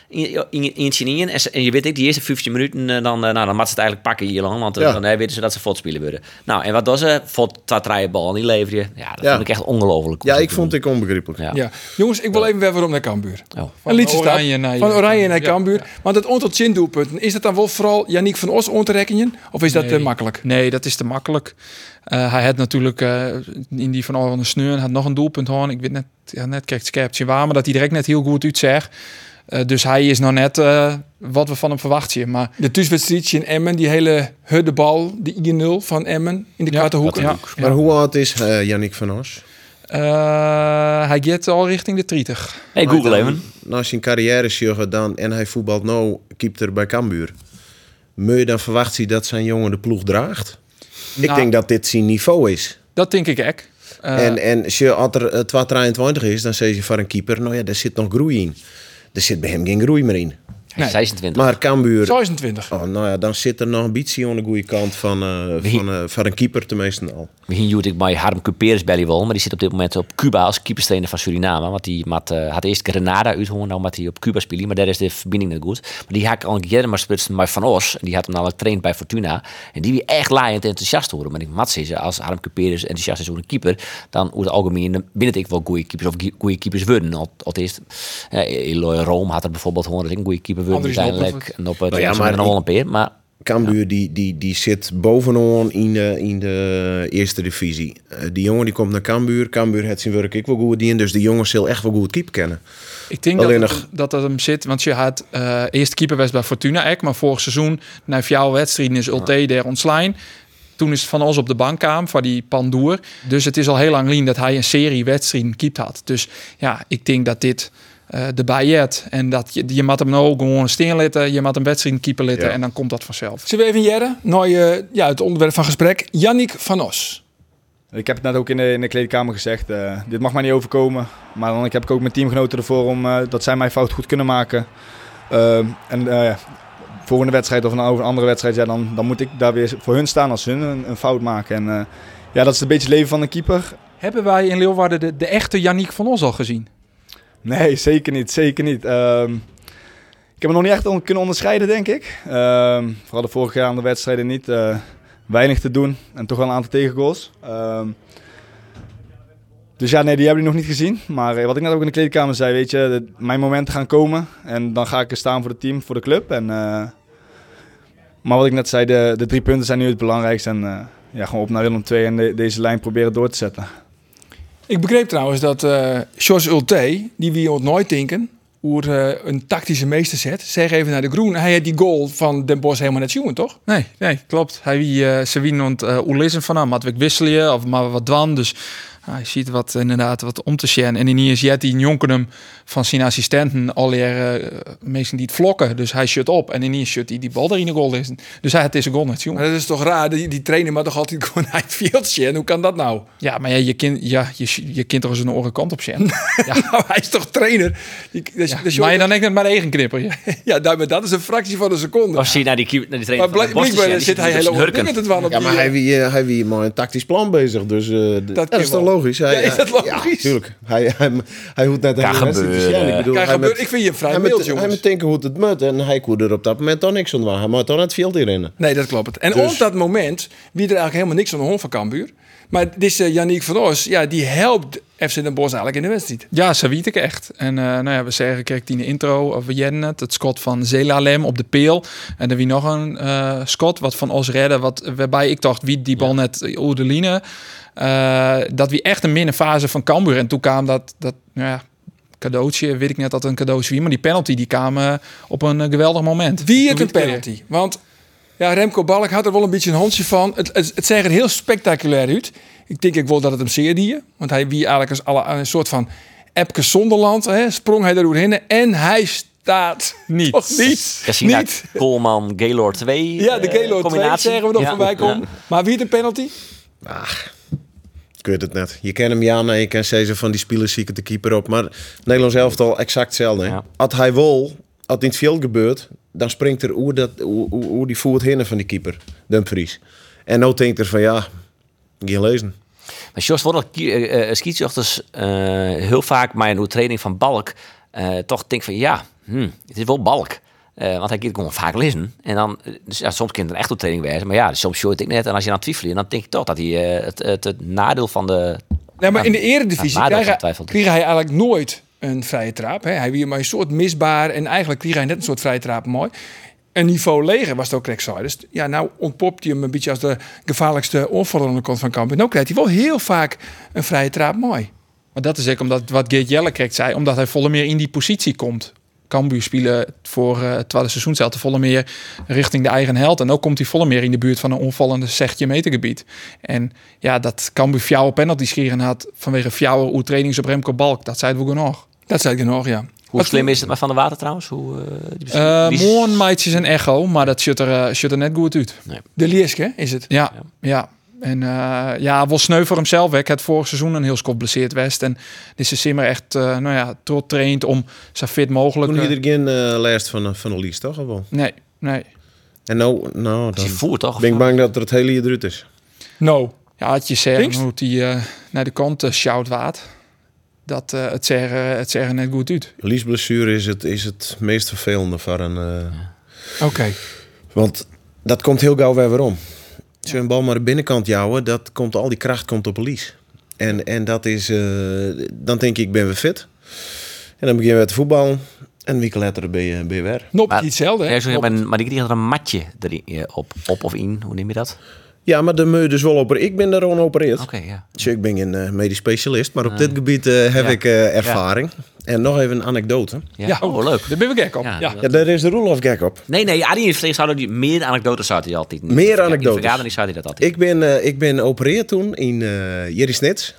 en je weet ik, die eerste 15 minuten, dan moeten ze het eigenlijk pakken in Ierland. Want Ja. dan weten ze dat ze vol spelen worden. Nou, en wat doen ze? Vol draaien bal en die lever je. Ja, dat vond ik echt ongelooflijk. Ja, ik vond het onbegrijpelijk. Ja. Ja. Jongens, ik wil even weer waarom naar Cambuur. Oh. Een liedje Oranje naar- van Oranje naar Ja. Cambuur. Want het aantal chin-doelpunten, is dat dan wel vooral Yannick van Os aan te rekenen? Of is dat te makkelijk? Nee, dat is te makkelijk. Hij had natuurlijk in die van Oranje Sneur had nog een doelpunt hoor. Ik weet net, net kreeg het scherpje waar, maar dat hij direct net heel goed uitzegt. Dus hij is nog net wat we van hem verwachten. Maar De thuiswedstrijdje in Emmen, die hele huddebal, die 1-0 van Emmen in de kwarte hoek. ja, Maar hoe oud is Yannick van Os? hij gaat al richting de 30. Hey, Google even. Nou, zijn carrière sjuggen dan en hij voetbalt nou, keeper bij Cambuur. Moet je dan verwachten dat zijn jongen de ploeg draagt? Ik Nou, denk dat dit zijn niveau is. Dat denk ik ook. En als er 2,23 is, dan zeg je van een keeper, nou ja, daar zit nog groei in. Er zit bij hem geen groei meer in. Hij is 26. Maar Cambuur, 26. oh, nou ja, dan zit er nog een beetje aan de goede kant van een keeper tenminste al. We zien ik bij Harm Cuperes bij wel, maar die zit op dit moment op Cuba als keeperstrainer van Suriname. Want die had eerst Grenada uitgehoord, nou moet hij op Cuba spelen, maar daar is de verbinding niet goed. Maar die had al een keer maar spitsen bij Van Os, en die had hem al getraind bij Fortuna. En die wie echt laaiend enthousiast horen. Maar ik mat ze, als Harm Cuperes enthousiast is over een keeper, dan over het algemeen binnen ik wel goede keepers of goede keepers worden. Al eerst Eloy Rome had er bijvoorbeeld gewoon dat ik een goede keeper worden Andries uiteindelijk. Noppert. En op het Nou ja, ja, maar nog wel een peer, maar Cambuur die zit bovenaan in de eerste divisie. Die jongen die komt naar Cambuur. Cambuur heeft zijn werk ik wel goed in. Dus die jongens zullen echt wel goed keeper kennen. Ik denk Alleen dat hem zit, want je had eerst keeper was bij Fortuna, maar vorig seizoen na 4 wedstrijden is Ulte daar ontslaan. toen is het van ons op de bank kwam, van die Pandoer. Dus het is al heel lang geleden dat hij een serie wedstrijden gekiept had. Dus ja, ik denk dat dit erbij jet. En dat je moet hem nou gewoon steen letten, je moet hem wedstrijden keeper letten en dan komt dat vanzelf. Zullen we even jaren naar het onderwerp van gesprek. Yannick van Os. Ik heb het net ook in de kleedkamer gezegd. Dit mag mij niet overkomen. Maar dan heb ik ook mijn teamgenoten ervoor om dat zij mijn fout goed kunnen maken. Volgende wedstrijd of een andere wedstrijd, dan moet ik daar weer voor hun staan als hun een fout maken. En dat is een beetje het leven van een keeper. Hebben wij in Leeuwarden de echte Yannick van Os al gezien? Nee, zeker niet. Zeker niet. Ik heb hem nog niet echt kunnen onderscheiden, denk ik. Vooral de vorige jaar aan de wedstrijden niet. Weinig te doen en toch wel een aantal tegengoals. Dus ja, nee, die hebben we nog niet gezien. Maar wat ik net ook in de kleedkamer zei, weet je, mijn momenten gaan komen. En dan ga ik er staan voor het team, voor de club. Maar wat ik net zei, de 3 punten zijn nu het belangrijkste. En gewoon op naar Willem II en deze lijn proberen door te zetten. Ik begreep trouwens dat Jos Ulte, die we ons nooit denken, hoe een tactische meester zet, zeg even naar de groen. Hij had die goal van Den Bosch helemaal net zien, toch? Nee, klopt. Ze winnen Oelissen van hem. Had ik wisselen of maar wat dwan. Dus hij ziet wat om te zien. En in is Jet die jonken van zijn assistenten alweer mensen die het vlokken. Dus hij shut op. En in is shut die bal er in de goal is. Dus hij had deze goal net zien. Maar dat is toch raar? Die trainer maar toch altijd gewoon naar het veld zien. Hoe kan dat nou? Ja, maar je kind toch eens een oren kant op zien. Ja, nou, hij is toch trainer? Maar je dan denkt het maar eigen knipper. Ja, dat is een fractie van een seconde. Of zie je naar die trainer maar blijkbaar zit hij heel erg dingen te dwalen. Ja, maar hij wie maar een tactisch plan bezig. Dus dat is toch logisch? Is dat logisch? Ja, natuurlijk. Hij hoeft net een wedstrijd te zien. Ik vind je een vrij mild, jongens. Hij moet denken hoe het moet. En hij kon er op dat moment dan niks aan doen. Hij moet dan het veld hierin. Nee, dat klopt. En op dat moment wie er eigenlijk helemaal niks aan de hond van Cambuur. Maar deze Yannick van Os, die helpt FC Den Bosch eigenlijk in de wedstrijd. Ja, zo weet ik echt. En we zeggen, kijk, in de intro of we jennen het schot van Zelalem op de peel. En dan wie nog een schot wat van Os redden, waarbij ik dacht, wie die bal net over de line. Dat wie echt een minnenfase van Cambuur. En toen kwam dat cadeautje, weet ik net dat het een cadeautje wie, maar die penalty die kwam op een geweldig moment. Wie het een penalty? Want Remco Balk had er wel een beetje een handje van. Het zag er heel spectaculair uit. Ik denk ik wel dat het hem zeer die. Want hij wie eigenlijk als een soort van Epke Zonderland. Sprong hij er doorheen en hij staat niet. Toch niet? Cassina, Koolman, Gaylord 2. Ja, de Gaylord 2 zeggen we nog voorbij komen. Ja. Maar wie het een penalty? Ik weet het net. Je kent hem en je kan zeggen van die spelers zie ik de keeper op. Maar Nederlands elftal exact hetzelfde. Ja. Als hij wil, als in het veld gebeurt, dan springt er hoe die voet heen van die keeper, Dumfries. En nou denkt er van geen lezen. Maar Jos wordt skietjochters heel vaak maar in de training van Balk toch denk van het is wel Balk. Want hij kan gewoon vaak lezen. En dan, soms kan het een echte training wijzen. Maar soms short ik net. En als je dan twijfelt, dan denk ik toch dat hij het nadeel van de... Nee, maar in de eredivisie kreeg hij eigenlijk nooit een vrije trap. Hè. Hij weer maar een soort misbaar. En eigenlijk kreeg hij net een soort vrije trap mooi. Een niveau leger was het ook Reksaai. Dus nou ontpopt hij hem een beetje als de gevaarlijkste onvaller aan de kant van Cambuur. Nou krijgt hij wel heel vaak een vrije trap mooi. Maar dat is ook omdat wat Geert Jelle krijgt zei, omdat hij volle meer in die positie komt. Cambuur spelen voor het tweede seizoen zelf volle meer richting de eigen held. En ook komt hij volle meer in de buurt van een onvallende 16 meter gebied. En dat Cambuur fjouwe penalty scheren had vanwege fjouwe hoe trainings op Remco Balk. Dat zei het wel genoeg. Dat zei het genoeg, ja. Hoe slim is het maar van de water trouwens? Mooi meidjes en echo, maar dat shut er net goed uit. Nee. De Lieske is het? Ja. En wel sneu voor hemzelf. Ik had vorig seizoen een heel skop blesseerd West. En dit is Simmer echt tot traint om zo fit mogelijk... Toen je er geen lijst van de Lies, toch? Wel? Nee. En nou dan voert, toch? Ben ik bang dat er het hele hier eruit is. No. Ja, had je zeggen hoe hij naar de kant sjouwt waard. Dat het zeggen net goed uit. Liesblessure is het meest vervelende voor een... Oké. Want dat komt heel gauw weer om. Als je een bal maar de binnenkant jouwen, al die kracht komt op een lies. En dat is... dan denk ik ben we fit. En dan beginnen we te voetballen. En een week later ben je weer. Niet hetzelfde, hè? Maar die kreeg er een matje op of in. Hoe neem je dat? Ja, maar dan moet je dus wel opereren. Ik ben daar gewoon opereerd. Okay, ja. Dus ik ben een medisch specialist, maar op dit gebied heb ik ervaring. En nog even een anekdote. Ja. Oh, wel leuk. Daar ben ik gek op. Ja. Ja. Ja, daar is de Roelof gek op. Nee, Arie heeft zouden die meer anekdotes zou hij altijd. Meer anekdotes. In de vergadering zou hij dat altijd. Ik ben opereerd toen in Jerry Snits.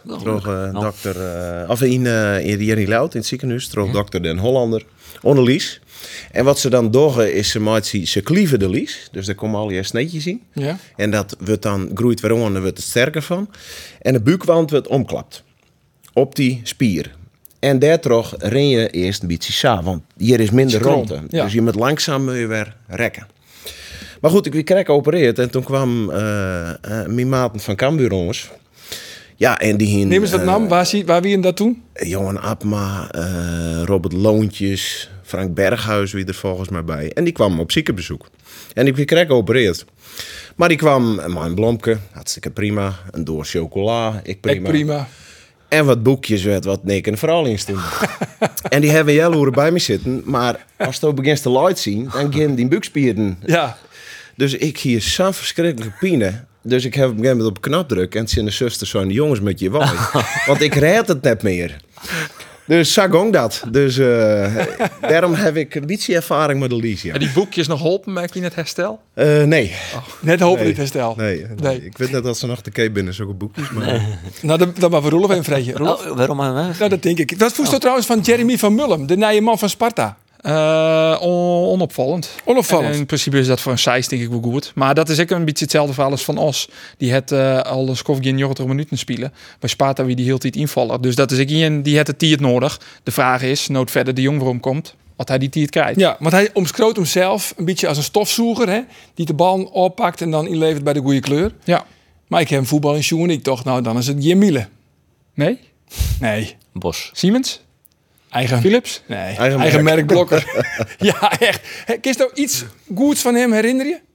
Of in Jerry Lout in het ziekenhuis. Troog dokter Den Hollander. Onderlies. En wat ze dan doen is ze klieven de lies. Dus daar komen al je sneetjes in. Ja. En dat wordt dan groeit weer om en wordt het sterker van. En de buikwand wordt omklapt. Op die spier. En daardoor ren je eerst een beetje saai. Want hier is minder Krom, ruimte. ja. Dus je moet langzaam weer rekken. Maar goed, ik werd krek geopereerd. En toen kwam mijn maten van Cambuur jongens. Ja, en die Neem eens wat naam. Waar wie hem dat toen? Johan Abma, Robert Loontjes, Frank Berghuis, wie er volgens mij bij. En die kwam op ziekenbezoek. En ik werd krek geopereerd. Maar die kwam, mijn blomke, hartstikke prima. Een door chocola, ik prima. En wat boekjes werd wat Nick en vooral in stonden. En die hebben jaloeren bij me zitten. Maar als het begint te light zien, dan gaan die buikspieren. Ja. Dus ik hier zo'n verschrikkelijke pine. Dus ik heb op een gegeven moment op knap druk. En het zijn de zusters zo, jongens met je waai. Want ik red het net meer. Dus zo ging dat. Dus daarom heb ik een beetje ervaring met de lies. Ja. En die boekjes nog geholpen, merk je het herstel? Nee. Net hopelijk herstel. Nee. Ik weet net dat ze nog de key binnen zulke boekjes. Maar... Nou, dan maar we Roelof even vreetje. Roelof? Oh, waarom? Nou, dat denk ik. Wat voest er trouwens van Jeremy van Mullum, de nieuwe man van Sparta? Onopvallend. Onopvallend. En in principe is dat voor een Seis denk ik wel goed. Maar dat is ook een beetje hetzelfde verhaal als Van Os. Die het al een skof geen 90 minuten spelen. Bij Sparta wie die heel tijd invallen. Dus dat is ik een die het tiert nodig. De vraag is, nood verder de Jong waarom komt. Wat hij die tiert krijgt. Ja, want hij omschroot hemzelf een beetje als een stofzoeger. Hè? Die de bal oppakt en dan inlevert bij de goede kleur. Ja. Maar ik heb voetbal in Sjoen. Ik dacht, nou dan is het Jemiele. Nee? Nee. Bos. Siemens? Eigen. Philips? Nee. Eigen merk Blokker. Ja, echt. Kun je nou iets goeds van hem herinneren je?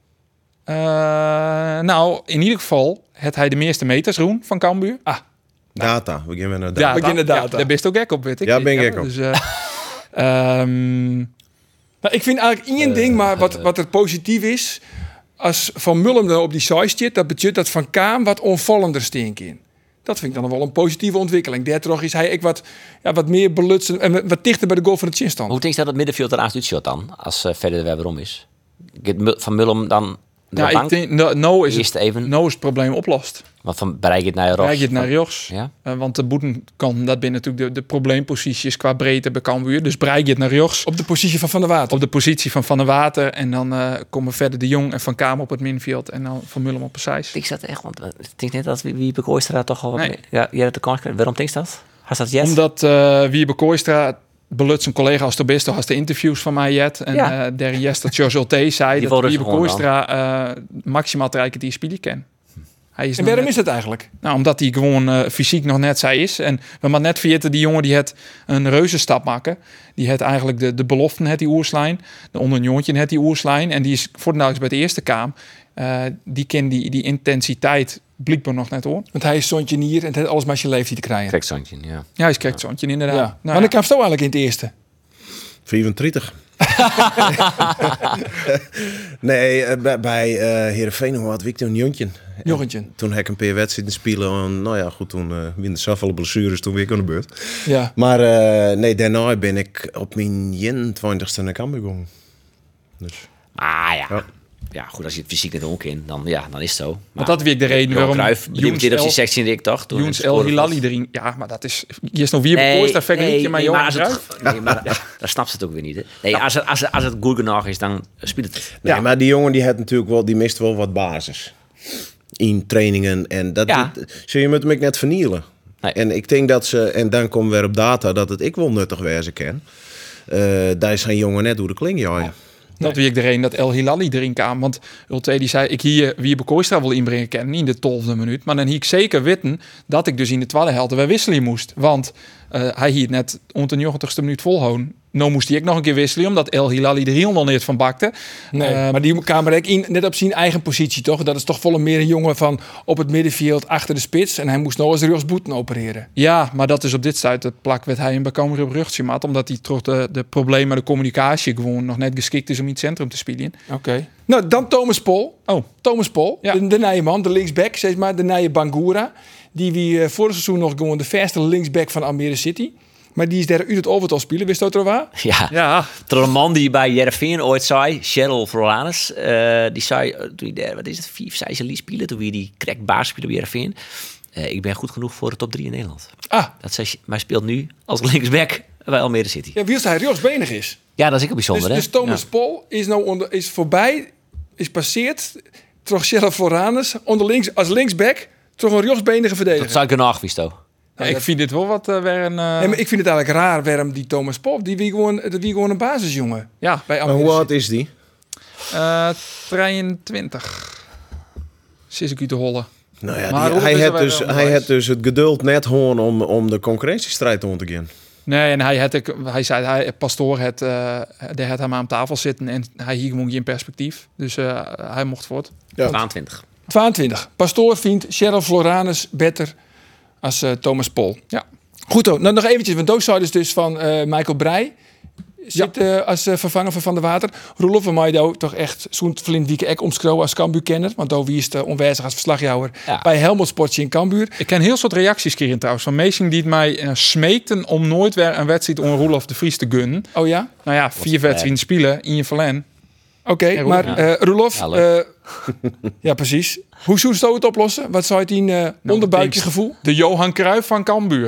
Nou, in ieder geval had hij de meeste meters roen van Cambuur. Data. We gaan naar data. We beginnen data. Ja, daar ben je ook gek op, weet ik. Ja, ben ik gek op. Dus, Nou, ik vind eigenlijk één ding, maar wat er positief is. Als Van Mullum er op die site zit, dat betekent dat Van Kaam wat onvallender stinkt in. Dat vind ik dan nog wel een positieve ontwikkeling. Daardoor is hij wat meer belutsen en wat dichter bij de goal van de chinstand. Hoe denk je dat het middenveld eraan uitziet dan? Als verder de Weber om is. Van Mullum dan de ja, bank? ik denk, nou is Eerst even. nou is het probleem oplost. Want van bereik je het naar Ros. Krijg je het naar Jochs. Ja? Want de boeten kan, dat binnen natuurlijk de probleemposities qua breedte bij Cambuur. Dus bereik je het naar Jochs. Op de positie van der Water. Op de positie van Van der Water. En dan komen verder de Jong en Van Kamer op het middenveld. En dan Van Mullum op de Seis. Ik zat echt, want ik denk net dat Wiebe Kooistra toch al wat Nee. meer. Ja, jij hebt de kans. Waarom denk je dat? Had dat yes? Omdat Wiebe Kooistra belut zijn collega als de beste, als de interviews van mij jet. En Ja. der jest dat George Ulte zei Die dat wilde ze Wiebe gewoon Kooistra maximaal te die spelen ken. Hij is En nog waarom net- is dat eigenlijk? Nou, omdat hij gewoon fysiek nog net zij is. En we maar net vergeten, die jongen die het een reuzenstap maken. Die het eigenlijk de beloften het die oerslijn. De onderjongetje het die oerslijn. En die is voortdurend bij de eerste kaam. Die kent die intensiteit blijkbaar nog net hoor. Want hij is zontje hier en het heeft alles maar zijn leeftijd te krijgen. Krekzandje, ja. Ja, hij is krekzoontje inderdaad. Ja. Nou, Maar dan kan het eigenlijk in het eerste. 34. Nee, bij Heerenveen had ik toen een jontje. Jochentje. Toen heb ik een paar wedstrijden spelen. En, nou ja, goed, toen winde zoveel blessures toen weer aan de beurt. Ja. Maar nee, daarna ben ik op mijn 21ste naar Cambuur gegaan. Dus, Ah ja. Ja. Ja, goed, als je het fysiek net ook in, dan is het zo. Maar Want dat weer de reden Johan waarom Cruijff bedient dit op zijn 16 ik toch? Toen Joens het El scoren Hilali was. erin. Ja, maar dat is... Je is nog weer bekoorst, daar vergelijk je maar maar Johan als Cruijff. het, nee, maar daar snapt ze het ook weer niet. Hè? Nee, als het goed genoeg is, dan speelt het. nee, maar die jongen die had natuurlijk wel, die mist wel wat basis. In trainingen. En dat Ja. zul je met hem ook net vernielen. Nee. En ik denk dat ze, en dan komen we weer op data, dat het ik wel nuttig wezen kan. Daar is een jongen net door de kling, ja. Dat wie ik de reden dat El Hilali erin kwam. Want Ulte die zei, ik hier wie Bekoistra wil inbrengen kennen, niet in de 12e minuut. Maar dan hier ik zeker weten dat ik dus in de tweede helft weer wisselen moest. Want hij hier net onder de 90ste minuut volhouden. Nou moest hij ook nog een keer wisselen, omdat El Hilali er heel nog niet van bakte. Nee, maar die kamer ik in net op zijn eigen positie, toch? Dat is toch volle meer een jongen van op het middenveld achter de spits. En hij moest nog eens rechtsboeten opereren. Ja, maar dat is op dit stuit het plak werd hij in Bekomer op rugtje, omdat hij toch de problemen met de communicatie gewoon nog net geschikt is om in het centrum te spelen. Oké. Nou, dan Thomas Pol. Oh, Thomas Pol, Ja. de nieuwe man, de linksback, zeg maar, de nieuwe Bangura. Die wie vorig seizoen nog gewoon de verste linksback van Almere City. Maar die is daar uit het overtal spelen. Wist je dat er waar? Ja. Er was een man die bij Heerenveen ooit zei, Cheryl Floranus, die zei, toen hij daar, wat is het, 5, 6 jaar spelen, toen hij die crack baas speelde bij Heerenveen. Ik ben goed genoeg voor de top 3 in Nederland. Dat zei, maar speelt nu als linksback bij Almere City. Ja, wie als hij rechtsbenig is. Ja, dat is ook bijzonder, dus Thomas Pol is nou is voorbij, is passeerd, toch Cheryl Floranus, als linksback, toch een rechtsbenige verdediger. Dat zou ik een afgewiest ook. Ja, ik vind dit wel wat weer een... Nee, maar ik vind het eigenlijk raar waarom die Thomas Pol, die wie gewoon een basisjongen. Ja. Bij Maar hoe oud is die? 23. Zit ik u te hollen. Nou ja, Maar hij had dus het geduld net gewoon om de concurrentiestrijd om te gaan. Nee, en hij zei, Pastoor had hem aan tafel zitten en hij hier gewoon geen perspectief. Dus hij mocht voort. Ja. 22. Pastoor vindt Cheryl Floranus beter als Thomas Pol. Ja. Goed hoor. Nou, nog eventjes, want Doos dus van Michael Breij zit als vervanger van Van der Water. Roelof van mij toch echt zo'n flink week ek omschreven als Cambuur-kenner. Want daar wie is de onwijzig als verslagjouwer bij Helmond Sportje in Cambuur. Ik ken heel soort reacties kregen trouwens van Meesing die het mij smeekten om nooit weer een wedstrijd om Roelof de Vries te gunnen. Oh ja? Nou ja, 4 wedstrijden spelen in je verlen. Oké, maar Roelof, ja precies. Hoe zou je het oplossen? Wat zou het in onderbuikjesgevoel? De Johan Cruijff van Cambuur.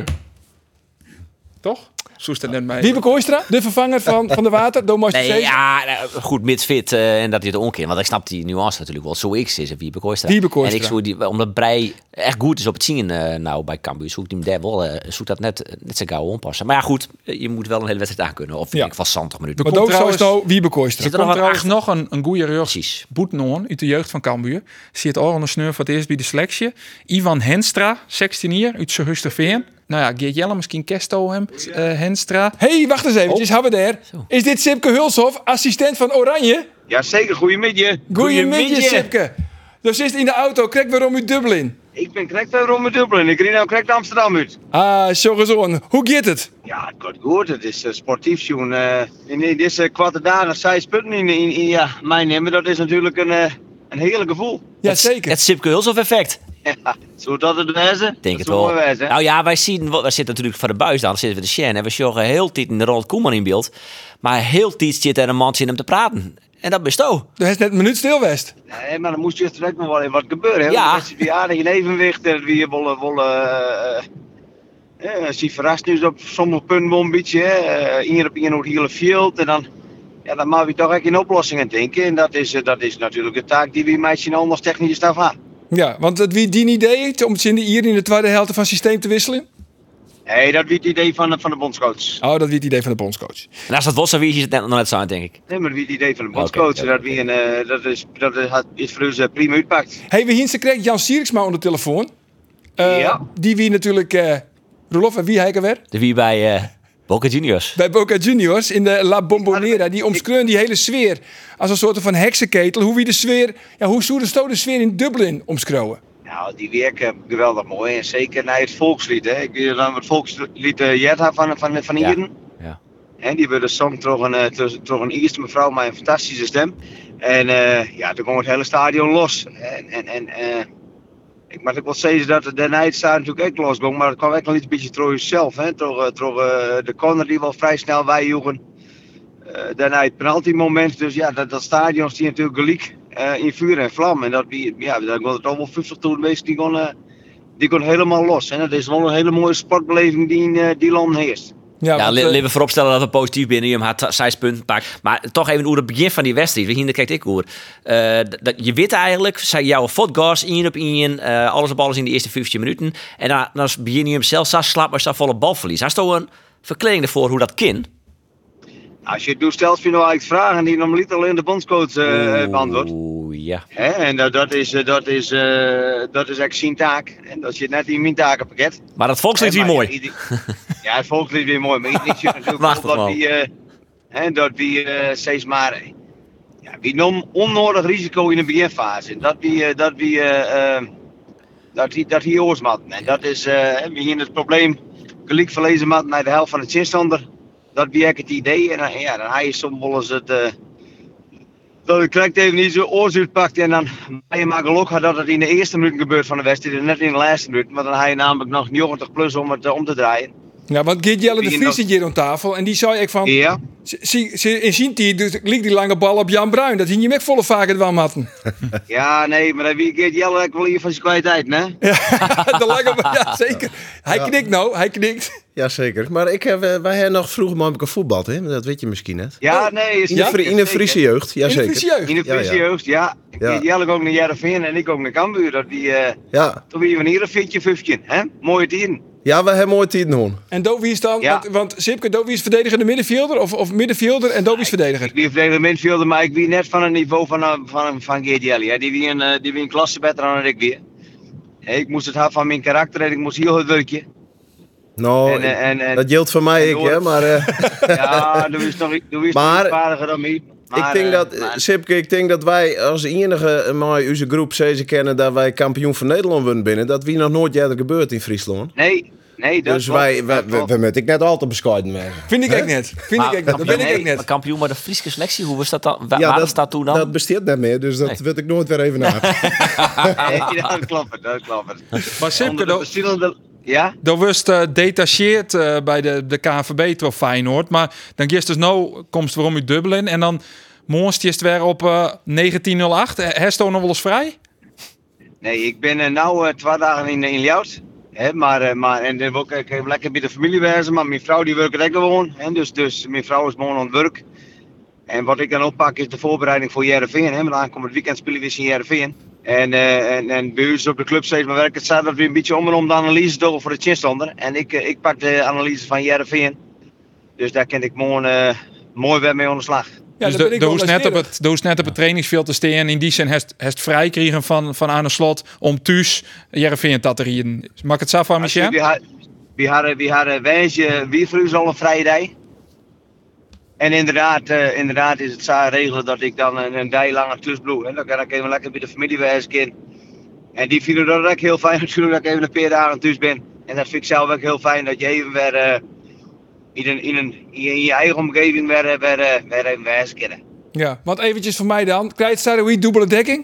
Toch? Zo is dat net mij. Wiebe Kooistra, de vervanger van de Water. Goed, mits fit en dat hij het omkeert. Want ik snap die nuance natuurlijk wel. Zo is Wiebe Kooistra. En ik zou omdat Breij echt goed is op het zien nou bij Cambuur. Zoekt hij daar wel, zoekt dat net zo gauw onpassen. Maar ja, goed, je moet wel een hele wedstrijd aankunnen. Of ik vast 70 minuten. Maar ook zo is nou Wiebe Kooistra. Zit er nog trouwens nog een goede reus. Boetnoorn uit de jeugd van Cambuur. Zit al aan de sneur voor het eerst bij de selectie. Ivan Henstra, 16 jaar, uit zijn Husterveen. Nou ja, Geert Jelle, misschien Kesto hem, Henstra. Hey, wacht eens eventjes, hebben we daar. Is dit Sipke Hulshoff, assistent van Oranje? Jazeker, goeiemiddag. Goeiemiddag, Sipke. Dus is in de auto, krijg waarom u Dublin? Ik ben correct waarom uit Dublin. Ik rijd nou correct Amsterdam uit. Ah, zo gezond. Hoe gaat het? Ja, het gaat goed. Het is sportief, Sjoen. In deze kwarte dagen 6 punten in mijn nemen. Dat is natuurlijk een heerlijk gevoel. Ja, zeker. Het Sipke Hulshoff effect. Ja, zou dat het wezen? Denk het wel. Nou ja, wij zitten natuurlijk voor de buis dan zitten we de Sjen en we zorgen heel tijd in de Ronald Koeman in beeld. Maar heel tijd zit er een man in hem te praten. En dat best ook. Er is net een minuut stil geweest. Nee, maar dan moest je direct nog wel even wat gebeuren. Hè? Ja. Dat is weer aardig in evenwicht. Wie zie verrast nu op sommige punten wel een beetje. Hier op een hele field. En dan mag je toch echt in oplossingen denken. En dat is natuurlijk de taak die we meisje al nog technische staf aan. Ja, want wie die idee om het hier in de tweede helft van het systeem te wisselen? Nee, dat was het idee van de bondscoach. Oh, dat was het idee van de bondscoach. En als dat was, dan is het net zo, denk ik. Nee, maar dat was het idee van de bondscoach. Okay. Dat is voor ons prima uitpakt. Hey, we hier krijgt Jan Sieriksma aan de telefoon. Ja. Die wie natuurlijk... Roelof, en wie hij weer? De wie bij... Boca Juniors. Bij Boca Juniors in de La Bombonera. Die omskreun die hele sfeer als een soort van heksenketel. Hoe wie de sfeer... Ja, hoe zou de sfeer in Dublin omschreeuwen? Nou, die werken geweldig mooi. En zeker naar het volkslied. Hè. Ik wil dan het volkslied Jetta van Ieren. Ja. En die willen soms toch een eerste mevrouw met een fantastische stem. En toen komt het hele stadion los. Ik mag ook wel zeggen dat de nijd staat natuurlijk echt losging, maar het kwam echt wel iets een beetje door jezelf. Door de corner die wel vrij snel bijjoegen. Daarna het penalty moment. Dus ja, dat stadion is natuurlijk gelijk in vuur en vlam. En dat kon het al wel 50 toen geweest, die kon helemaal los. En dat is wel een hele mooie sportbeleving die in die land heerst. Ja, laten we vooropstellen dat we positief binnen. Je had 6 punten pakt. Maar toch even over het begin van die wedstrijd. Hier kijk ik over. Je weet eigenlijk, zei jouw fotgas 1 op 1, alles op alles in de eerste 15 minuten. En dan begin je hem zelf zo slap, maar zo volle balverlies. Had je toch een verklaring ervoor hoe dat kan? Als je het doet, stelt je nou eigenlijk vragen die nog niet alleen de bondscoach beantwoordt. Ja. En dat is echt zijn taak. En dat zit net in mijn takenpakket. Maar dat volkslied is weer mooi. Ja, het volkslied is weer mooi. Maar ik zie natuurlijk dat wie steeds maar... Ja, wie onnodig risico in de beginfase. Dat hier oorsmatten. En dat is in het probleem gelijk verlezen matten naar de helft van de tegenstander. Dat wie ik het idee. En dan hij is soms wel eens het... dat ik correct even niet zo oorzuur pakt en dan je maar geluk had dat het in de eerste minuten gebeurt van de wedstrijd en net in de laatste minuut. Maar dan heb je namelijk nog 90 plus om het om te draaien. Ja, want Geert Jelle de Vries zit hier aan tafel en die zei ik van... Ja. In zijn tijd dus liep die lange bal op Jan Bruin. Dat ging je me volle vaker wel matten. Ja, nee, maar dan wie Geert Jelle ik wel hier van zijn kwaliteit, hè? De lange bal, ja zeker. Hij knikt nou, hij knikt. Jazeker. Maar wij hebben nog vroeger maar gevoetbald, hè? Dat weet je misschien net. Ja, nee. In de Friese jeugd, jazeker. In de Friese jeugd, ja. Geert Jelle ook naar Heerenveen en ik ook naar Cambuur. Dat die, toen weer van hier een fitje, fufje, hè? Mooie tien. Ja, we hebben mooie tien doen. En Dowie is dan, want Sipke, Dowie is verdedigende middenvelder of middenvelder en Dowie is verdediger? Ik ben verdedigende middenvelder, maar ik ben net van het niveau van Geert Jelle. Die wie een klasse beter dan ik weer. Ik moest het hebben van mijn karakter en ik moest heel hard werken. Nou, dat geldt voor mij, hè, maar... Ja, doe is nog vaardiger dan mij. Ik denk dat wij als enige met onze groep ze kennen dat wij kampioen van Nederland willen binnen. Dat wie nog nooit eerder gebeurd in Friesland. Nee, dat dus we moeten ik net altijd bescheiden zijn. Vind ik ook net. Dat ben ik ook net. Kampioen met de Friese selectie, hoe was dat dan? Waar staat toen dan? Dat besteedt net meer, dus dat weet ik nooit weer even na. Nee, dat klopt. Maar Sipke, ja? Dan was detacheerd bij de KNVB toch Feyenoord. Maar dan gist dus nou komst waarom u Dublin. En dan morst je het weer op 1908. Hesto nog wel eens vrij? Nee, ik ben nu 2 dagen in Ljout. En dan wil ik even lekker bij de familie wezen. Maar mijn vrouw die werkt ook gewoon. Dus mijn vrouw is gewoon aan het werk. En wat ik dan oppak is de voorbereiding voor Heerenveen. Want aankomend weekend spelen we weer in Heerenveen. En bij ons op de club steeds maar werken het staat dat we een beetje om en om de analyse doen voor de chinstander. En ik pak de analyse van Heerenveen. Dus daar kan ik mooi weer mee aan de slag. Ja, dus de hoest net op het trainingsveld te staan. In die zin heeft vrij kregen van Arne Slot om thuis Heerenveen te rijden. Mag ik het zo van Michel? We hadden wijze wie voor u al een vrije dag. En inderdaad is het zo regelen dat ik dan een dag langer tussenbloed. Dan kan ik even lekker bij de familie wezen. En die vinden dat ook heel fijn natuurlijk dat ik even een paar dagen thuis ben. En dat vind ik zelf ook heel fijn dat je even weer in je eigen omgeving weer even wezen. Ja, want eventjes voor mij dan. Krijgt Saroui dubbele dekking?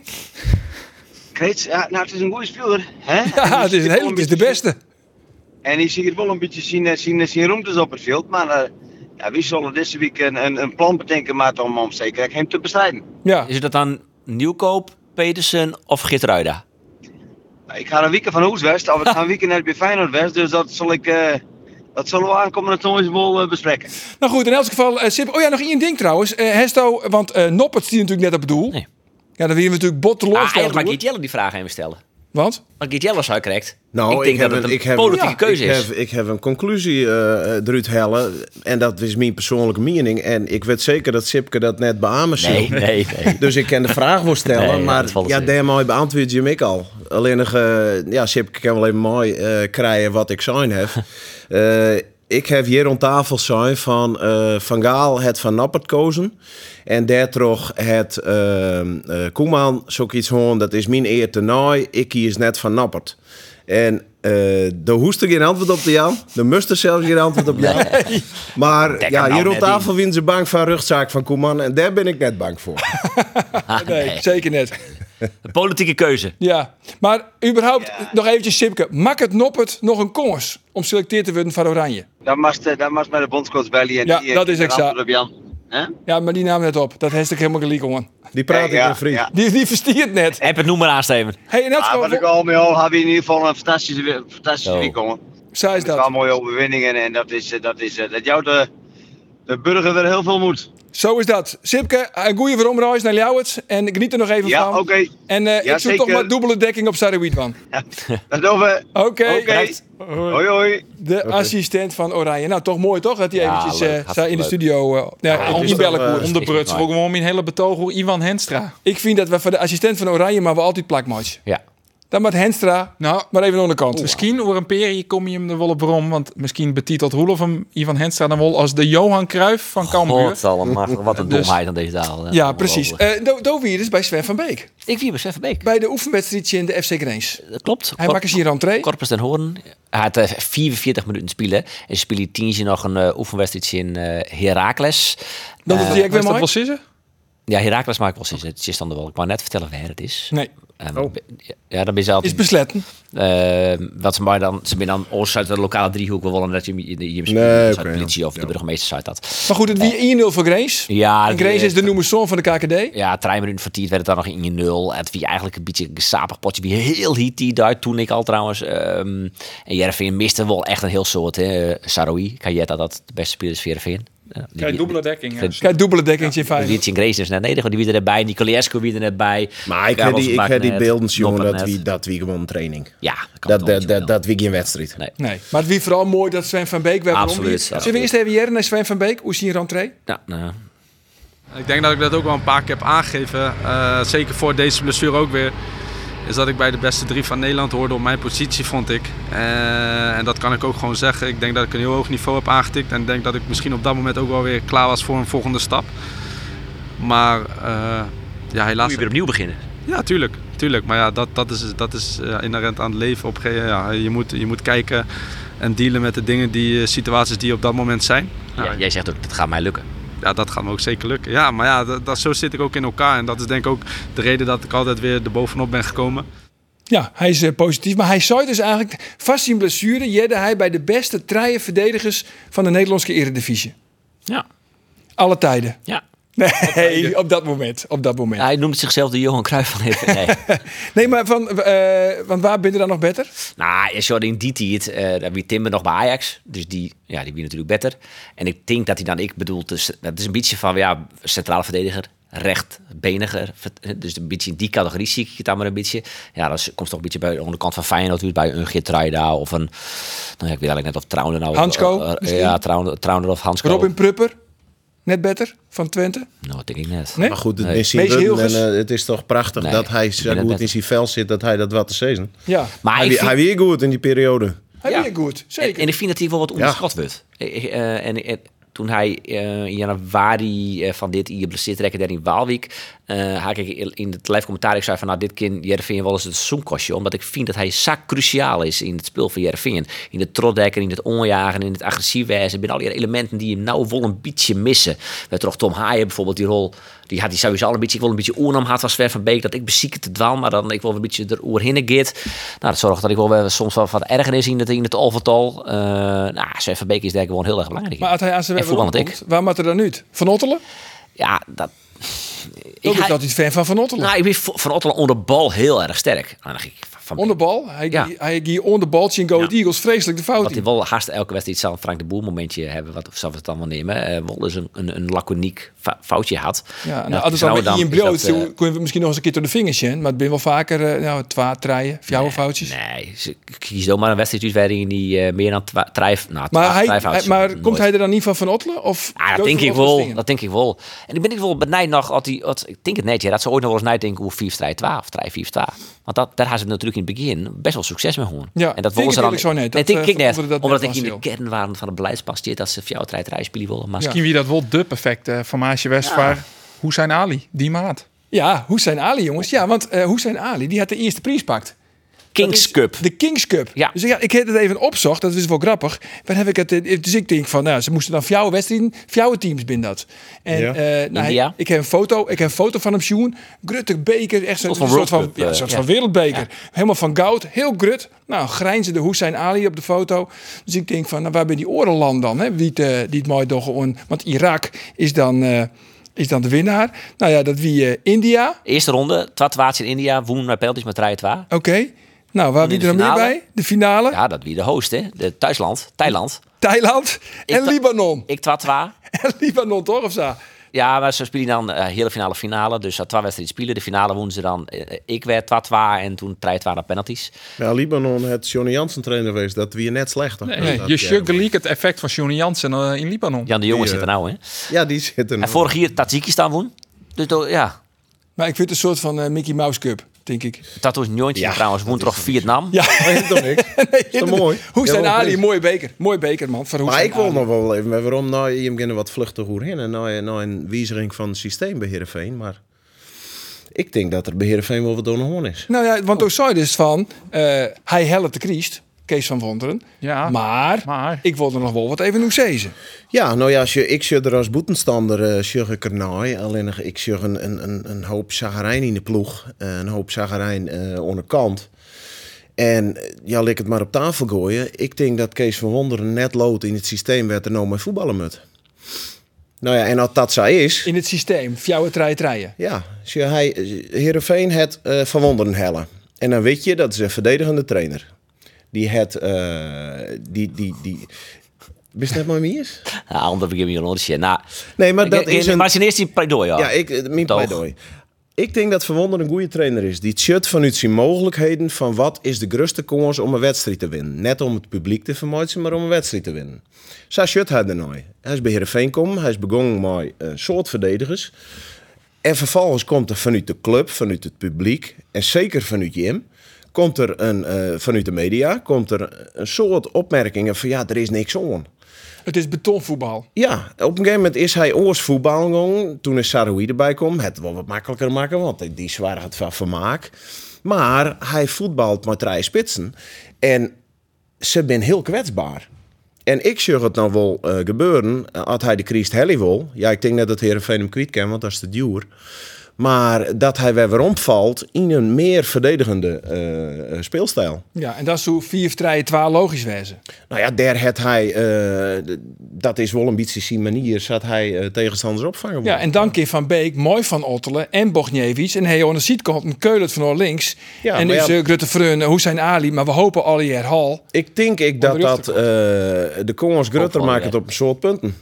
Ja, nou het is een goede speler. Hè? Ja, het is de beste. En die ziet wel een beetje zien ruimtes op het veld. Maar we zullen deze week een plan bedenken maar om zeker hem te bestrijden. Ja. Is dat dan Nieuwkoop, Petersen of Geertruida? Ik ga een week van Hoeswest, of ik ga een week net bij Feyenoord West. Dus dat zullen we aankomende toernooisbol bespreken. Nou goed, in elk geval, Sip. Oh ja, nog één ding trouwens. Hesto, want Noppert die natuurlijk net op het doel. Nee. Ja, dan wil je natuurlijk bot teleurstellen. Eigenlijk mag Geert Jelle die vraag even stellen. Wat? Maar Geert Jelle zou correct. Nou, ik denk dat het een politieke keuze is. Ik heb een conclusie eruit hellen. En dat is mijn persoonlijke mening. En ik weet zeker dat Sipke dat net beamen zal. Nee. Dus ik kan de vraag wel stellen. Nee, maar daarmee beantwoord je hem al. Alleen nog, Sipke kan wel even mooi krijgen wat ik zijn heb. Ik heb hier rond tafel zijn van Gaal het van Noppert kozen. En daardoor het Koeman zoiets gewoon, dat is mijn eer te naai. Ik kies net van Noppert. En daar hoest er geen antwoord op te Jan. Er moest er zelfs geen antwoord op Jan. Nee. Maar hier rond tafel winnen ze bang van rugzaak van Koeman. En daar ben ik net bang voor. Nee, zeker net. De politieke keuze. Ja, maar überhaupt nog eventjes Sipke. Maakt het Noppert nog een kans om selecteerd te worden van Oranje? Dan mag met de bondscoach bellen. Ja, dat is exact. Op Jan. Ja, maar die naam net op. Dat heeft ik helemaal gelijk, jongen. Die praat ik in Fries. Die verstiert net. Heb het noemer aansteven. Hey, wat ik al mee al, hebben we in ieder geval een fantastische week, jongen. Zo is dat. Een mooie overwinningen en dat jou de burger weer heel veel moet. Zo is dat. Sipke, een goeie veromreis naar Ljouwert. En ik geniet er nog even van. Ja, oké. En ik zoek toch maar dubbele dekking op Saruïd van. Ja, dat doen we. Oké. Hoi. De assistent van Oranje. Nou, toch mooi toch? Dat hij eventjes in de studio... onderbruts. We gewoon mijn hele betoog over Ivan Henstra. Ik vind dat we voor de assistent van Oranje maar we altijd plakmatch. Ja. Dan met Henstra, maar even aan de kant. Misschien over een periode kom je hem er wel op waarom. Want misschien betitelt Roelof hem Ivan Henstra dan wel als de Johan Cruijff van Cambuur. Wat een domheid aan deze taal. Ja, precies. Dovier is bij Sven van Beek. Ik wie bij Sven van Beek. Bij de oefenwedstrijdje in de FC Greens. Dat klopt. Hij maakt hier rentree. Korpers den Hoorn. Hij had 44 minuten spelen. En speelde 10 nog een oefenwedstrijdje in Heracles. Dan is die ook weer mooi. Wat is dat? Ja, Heracles maakt wel sinds. Het is dan wel. Ik wou net vertellen waar het is. Nee. Ja, dan ben je altijd... Is besletten. Wat ze dan uit de lokale driehoek willen dat je de politie of de burgemeester uit dat. Maar goed, het wie 1-0 voor Grace. Ja, en Grace is de noemerzoon van de KKD. Ja, 3 minuten voor 10 werd het dan nog 1-0. Het wie eigenlijk een beetje een sapig potje. Wie heel heaty daar toen ik al trouwens. En Heerenveen miste wel echt een heel soort. Saroui, Kajeta, dat de beste speler is voor Heerenveen. Kijk, dubbele dekking. Kijk, dubbele dekking in feite. Die Grace is net neder, die wie erbij. Nicolescu wie er net bij. Maar ik heb die beelden, jongen, dat wie gewoon training. Ja, dat wie geen wedstrijd. Nee. Maar het wie vooral mooi dat Sven van Beek werd. Absoluut. Zullen we eerst even jaren naar Sven van Beek? Hoe is hij in rentree? Ja, nou. Ik denk dat ik dat ook wel een paar keer heb aangegeven. Zeker voor deze blessure ook weer. Is dat ik bij de beste 3 van Nederland hoorde op mijn positie, vond ik. En dat kan ik ook gewoon zeggen. Ik denk dat ik een heel hoog niveau heb aangetikt. En ik denk dat ik misschien op dat moment ook wel weer klaar was voor een volgende stap. Maar ja, helaas... Moet je weer opnieuw beginnen? Ja, tuurlijk. Maar ja, dat is inherent aan het leven. Je moet kijken en dealen met de dingen, situaties die op dat moment zijn. Ja, jij zegt ook, dat gaat mij lukken. Ja, dat gaat me ook zeker lukken. Ja, maar ja, zo zit ik ook in elkaar. En dat is denk ik ook de reden dat ik altijd weer erbovenop ben gekomen. Ja, hij is positief. Maar hij zou dus eigenlijk vast in blessure jedde hij bij de beste 3 verdedigers van de Nederlandse Eredivisie. Ja. Alle tijden. Ja. Nee, op dat moment. Ja, hij noemt zichzelf de Johan Cruijff van even. Nee. Nee, maar want waar ben je dan nog beter? Nou, Jordan Dietie, daar wie Timber nog bij Ajax. Dus die wie natuurlijk beter. En ik denk dat hij dan, dat is een beetje van, ja, centrale verdediger, rechtbeniger. Dus een beetje in die categorie zie ik het dan maar een beetje. Ja, dat komt toch een beetje bij de onderkant van Feyenoord natuurlijk, bij een Geertruida of een, nou ja, ik weet eigenlijk net of Trauner nou. Hansko? Ja, Trauner of Hansko. Robin Prupper? Net beter van Twente? Nou, dat denk ik net. Nee? Maar goed, het is toch prachtig dat hij zo goed in zijn vel zit dat hij dat wat te zeggen. Ja. Maar hij weer goed in die periode. Hij weer goed, zeker. En ik vind dat hij wel wat onderschat wordt. En toen hij in januari van dit jaar blesseerd raakte daar in Waalwijk, haak ik in het live commentaar, ik zei van, nou, dit kind Heerenveen wel eens het seizoenkostje, omdat ik vind dat hij zo cruciaal is in het spel van Heerenveen. In het trotdekken, in het onjagen, in het agressief wijzen, binnen al die elementen die hem nou wel een beetje missen. Met toch Tom Haaien bijvoorbeeld, die rol, die had hij sowieso al een beetje, ik wil een beetje oornam had van Sven van Beek, dat ik beziek te dwalen, maar dan ik wil een beetje eroverheen geet. Nou, dat zorgt dat ik wel soms wel wat ergernis in het alvertal. Nou, Sven van Beek is denk ik gewoon heel erg belangrijk. Maar als hij aan zijn komt, waar moet er dan uit? Van Ottelen? Ja, dat... Ik ben altijd fan van Ottelen. Nou, ik ben Van Ottelen onder de bal heel erg sterk. Nou, onder de bal? Hij ging onder de bal in Go Eagles vreselijk de fout in. Wat hij wel haast elke wedstrijd zal een Frank de Boer momentje hebben, wat zou het dan wel nemen. Wel dus een laconiek foutje had. Ja, nou, als het dan in bloot, kun je misschien nog eens een keer door de vingers zien, maar het ben wel vaker 2, 3, 4 foutjes. Nee, ze kies ook maar een wedstrijduitwerking die meer dan 3 foutjes. Maar komt hij er dan niet van Ottelen? Of dat denk ik wel. En ik ben wel benijd nog, ik denk het net, dat ze ooit nog wel eens nadenken hoe 4-3-2 of 3-4-2. Want daar hebben ze natuurlijk in het begin best wel succes mee gewoon. Ja, en dat willen ze dan zo net. Nee, denk ik net. Omdat ik in de kern waren van het beleidspasje dat ze 4-3-3 spelen willen. Maar misschien wie dat wel de perfecte formatie Westvaart. Ja. Hussein Ali, die maat. Ja, Hussein Ali, jongens. Ja, want Hussein Ali die had de eerste prijs pakt. Kings Cup. De Kings Cup. Ja. Dus ik heb het even opzocht. Dat is wel grappig. Waar heb ik het? Dus ik denk van, nou, ze moesten dan 4 wedstrijden, 4 teams binnen dat. En India. Ik heb een foto van hem zien. Grutte beker, echt een soort van wereldbeker. Ja. Helemaal van goud, heel grut. Nou, grijnzen de Hussein Ali op de foto. Dus ik denk van, nou, waar ben die orenland dan? Hè? Die het mooi doen. Want Irak is dan de winnaar. Nou ja, dat wie India. Eerste ronde, Twatwaats in India, woen naar penalties met 3-2. Oké. Nou, waar wie er nog meer bij? De finale? Ja, dat wie de host, hè? De thuisland, Thailand. En Libanon. Ik 2-2. En Libanon toch, of zo? Ja, maar ze spelen dan hele finale. Dus 2 wedstrijden spelen. De finale wonnen ze dan. Ik werd 2-2 en toen 3-2 naar penalties. Ja, Libanon, het Johnny Jansen trainer geweest. Dat wie net slechter. Nee, je sjuk gelijk het effect van Johnny Jansen in Libanon. Jan de Jonge zit er nou, hè? Ja, die zit er. En vorig jaar Tajikistan won. Dus ja. Maar ik vind het een soort van Mickey Mouse Cup. Denk ik. Dat was Njontje trouwens, woont toch Vietnam? Ja, toch niks. Nee, dat is mooi. Hussein Ali, mooie beker man. Maar ik wil nog wel even, waarom nou je hem wat vluchtig heen en nou een wijziging van het systeem bij Heerenveen, maar ik denk dat er bij Heerenveen wel wat door de hoorn is. Nou ja, want ook zei dus van hij helpt de kriest. Kees van Wonderen. Ja, Maar ik wilde nog wel wat even hoe zezen. Ja, nou ja, ik zit er als boetenstander ik er naai. Alleen ik zag een hoop zagerijn in de ploeg. Een hoop zagerijn aan de kant. En ja, laat ik het maar op tafel gooien. Ik denk dat Kees van Wonderen net loopt in het systeem waar er nou mee voetballen moet. Nou ja, en als dat zo is... In het systeem, fjouwe treien. Ja, Heerenveen het Van Wonderen hellen. En dan weet je, dat is een verdedigende trainer. Die het... Wist je net maar wie is? Ja, anders begin je nog een nou, nee, maar dat is een... Maar zijn eerste pleidooi, ja. Ja, mijn pleidooi. Ik denk dat Van Wonderen een goede trainer is. Die shut vanuit zijn mogelijkheden van wat is de grootste kans om een wedstrijd te winnen. Net om het publiek te vermoeien, maar om een wedstrijd te winnen. Zo shut hij er nooit. Hij is bij Heerenveen gekomen, hij is begonnen met een soort verdedigers. En vervolgens komt er vanuit de club, vanuit het publiek en zeker vanuit Jim, komt er vanuit de media, komt er een soort opmerkingen van ja, er is niks aan. Het is betonvoetbal. Ja, op een gegeven moment is hij oors voetbal gegaan. Toen is Saroui erbij kwam. Het wel wat makkelijker maken, want die zwaar het van vermaak. Maar hij voetbalt met 3 spitsen. En ze zijn heel kwetsbaar. En ik zag het nou wel gebeuren als hij de Christ Helly wil. Ja, ik denk net dat Heerenveen hem kwijt kan, want dat is te duur. Maar dat hij weer omvalt in een meer verdedigende speelstijl. Ja, en dat is zo 4-3-2 logisch wezen. Nou ja, daar had hij, dat is wel een beetje zijn manier, zat hij tegenstanders opvangen. Ja, en dan keer Van Beek, mooi van Ottelen en Bogniewicz. En hij aan de zijkant een Keulert van links. Ja, en nu is Grutte Freun, Hussein Ali, maar we hopen Ali Hal. Ik denk dat de Kongers Grutter maakt het op een soort punten.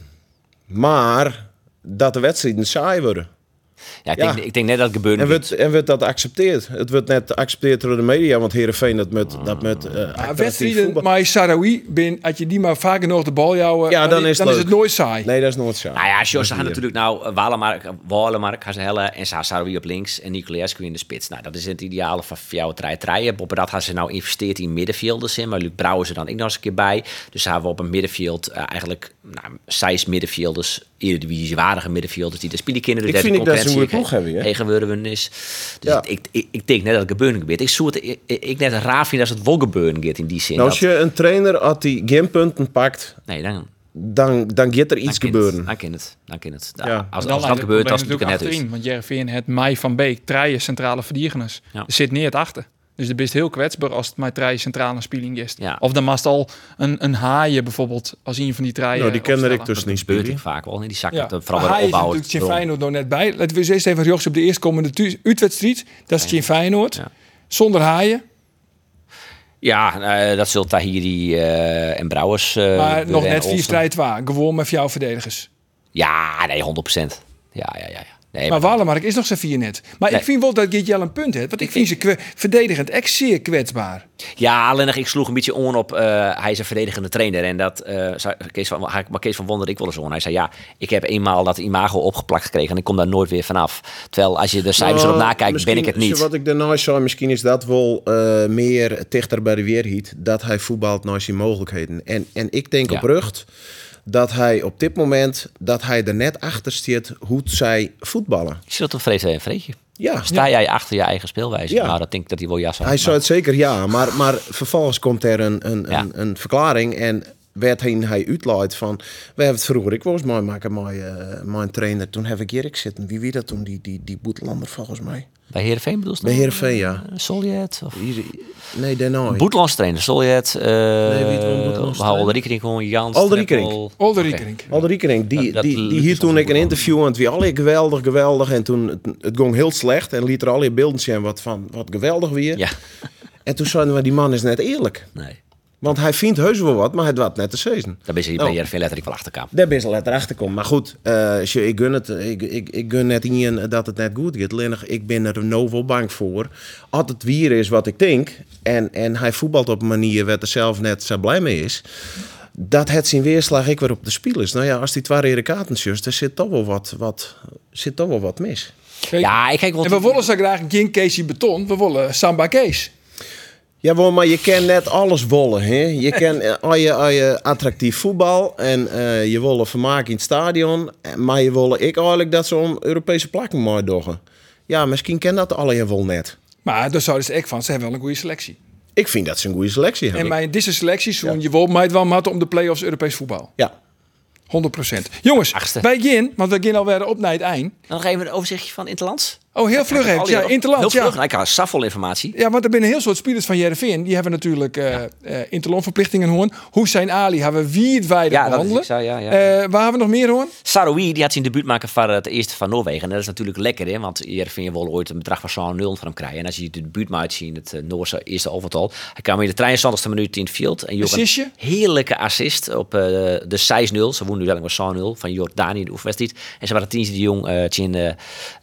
Maar dat de wedstrijden saai worden. Ja, ik denk net dat het gebeurt. En wordt dat accepteerd? Het wordt net geaccepteerd door de media, want Heerenveen dat met wedstrijden maar Saroui, als je die maar vaak genoeg de bal jouwen, ja, dan is het nooit saai. Nee, dat is nooit saai. Nou ja, Jos gaan natuurlijk nou Walemark gaan ze hellen en Saroui op links en Nicolescu in de spits. Nou, dat is het ideale van jouw treien. Op dat gaan ze nou investeerd in middenvelders in, maar Luc Brouwer ze dan ook nog eens een keer bij. Dus hebben we op een middenveld eigenlijk 6 middenvelders, Eredivisie-waardige middenvelders die de spelen kinderen. Ik vind dat ze een goede ploeg hebben. Tegenwoordig is. Dus ja. Ik denk net dat het gebeuren gebeurt. Ik net raar vind dat het wel gebeuren gaat in die zin. Nou, als je een trainer als die gamepunten pakt, nee, dan gaat er iets gebeuren. Dan kan het. Ja. Als dat gebeurt, dan is het natuurlijk net uit. Want Heerenveen het Mai van Beek, 3 centrale verdedigers. Ja. Er zit niet achter. Dus de best heel kwetsbaar als het met 3 centrale speling is. Ja. Of dan mast al een haaien bijvoorbeeld als een van die 3. Nou, die ken ik dus niet spelen. Ik vaak wel. Die zakken ja. vooral weer opbouwen. Haai is natuurlijk Feyenoord nog net bij. Laten we eens even Joks op de eerstkomende uitwedstrijd. Dat is Feyenoord. Ja. Zonder haaien. Ja, dat zult Tahiri en Brouwers. Maar nog net 4-3-2. Gewoon met jouw verdedigers. Ja, nee, 100%. Ja. Nee, maar Walemark is nog zo'n 4 net. Maar nee. Ik vind wel dat Gert-Jan een punt heeft. Want ik vind ze verdedigend echt zeer kwetsbaar. Ja, alleen ik sloeg een beetje on op... hij is een verdedigende trainer. En dat... Kees van Wonderen, ik wil er zo aan. Hij zei, ja, ik heb eenmaal dat imago opgeplakt gekregen. En ik kom daar nooit weer vanaf. Terwijl als je de cijfers erop nakijkt, ben ik het niet. Wat ik daarna zei, misschien is dat wel meer dichter bij de weerhiet. Dat hij voetbalt naar zijn mogelijkheden. En ik denk oprecht... dat hij op dit moment dat hij er net achter zit hoe zij voetballen. Is dat toch vreetje? Ja. Sta jij achter je eigen speelwijze? Ja. Nou, dat denk ik dat hij wel jas had. Hij zou het zeker maar vervolgens komt er een verklaring en werd hij uitlooit van we hebben het vroeger ik was mooi maken mijn trainer toen heb ik Erik zitten wie dat toen die Boetelander volgens mij. Bij Heerenveen bedoel je? Bij Heerenveen, ja. Soljet? Nee, daarna. Boetlands trainer, Soljet. Nee, wie het Boetlands trainer? Alderiekerink gewoon, Jans. Alderiekerink. Die hier toen ik een interview en wie alle geweldig. En toen het ging heel slecht en liet er alle beelden zien wat geweldig weer. Ja. En toen zeiden we, die man is net eerlijk. Nee. Want hij vindt heus wel wat, maar hij doet net te season. Daar ben je bij Heerenveen letterlijk wel achterkomen. Daar ben je letterlijk achterkomen. Maar goed, ik gun net in dat het net goed gaat. Alleen ik ben er nou wel bang voor. Als het weer is wat ik denk, en hij voetbalt op een manier waar hij zelf net zo blij mee is, dat het zijn weerslag ik weer op de spelers. Nou ja, als die 2 rode kaarten zus, er zit toch wel wat mis. Ja, ik kijk wel. En we willen zo graag geen Casey Beton, we willen Samba Kees. Ja, maar je kan net alles wollen. Hè? Je kan al je attractief voetbal en je wil vermaken in het stadion. Maar je wil ik eigenlijk dat ze om Europese plakken mooi doggen. Ja, misschien ken dat alle je wel net. Maar daar zouden ze echt van, ze hebben wel een goede selectie. Ik vind dat ze een goede selectie hebben. En bij deze selecties, je wil mij het wel matten om de play-offs Europees voetbal. Ja. 100%. Jongens, wij gaan, want we gaan alweer op naar het eind. En nog even een overzichtje van Interlands. Oh, heel vlug even. Ja, Interland. Heel vlug. Nou, ik had safvol informatie. Ja, want er zijn een heel soort spelers van Heerenveen. Die hebben natuurlijk interlandverplichtingen hoorn. Hussein Ali hebben we wereldwijd behandeld. Waar hebben we nog meer hoorn? Saroui, die had zijn debuut maken voor het eerste van Noorwegen. En dat is natuurlijk lekker, hè? Want Heerenveen wil ooit een bedrag van 0 van hem krijgen. En als je de debuut maakt in het Noorse eerste overtal. Hij kwam in de 73e minuut in het veld. En Jorg een heerlijke assist op de 6-0. Ze wonnen nu eigenlijk maar 0 van Jordanië in de oefenwedstrijd. En ze waren 10 de jong in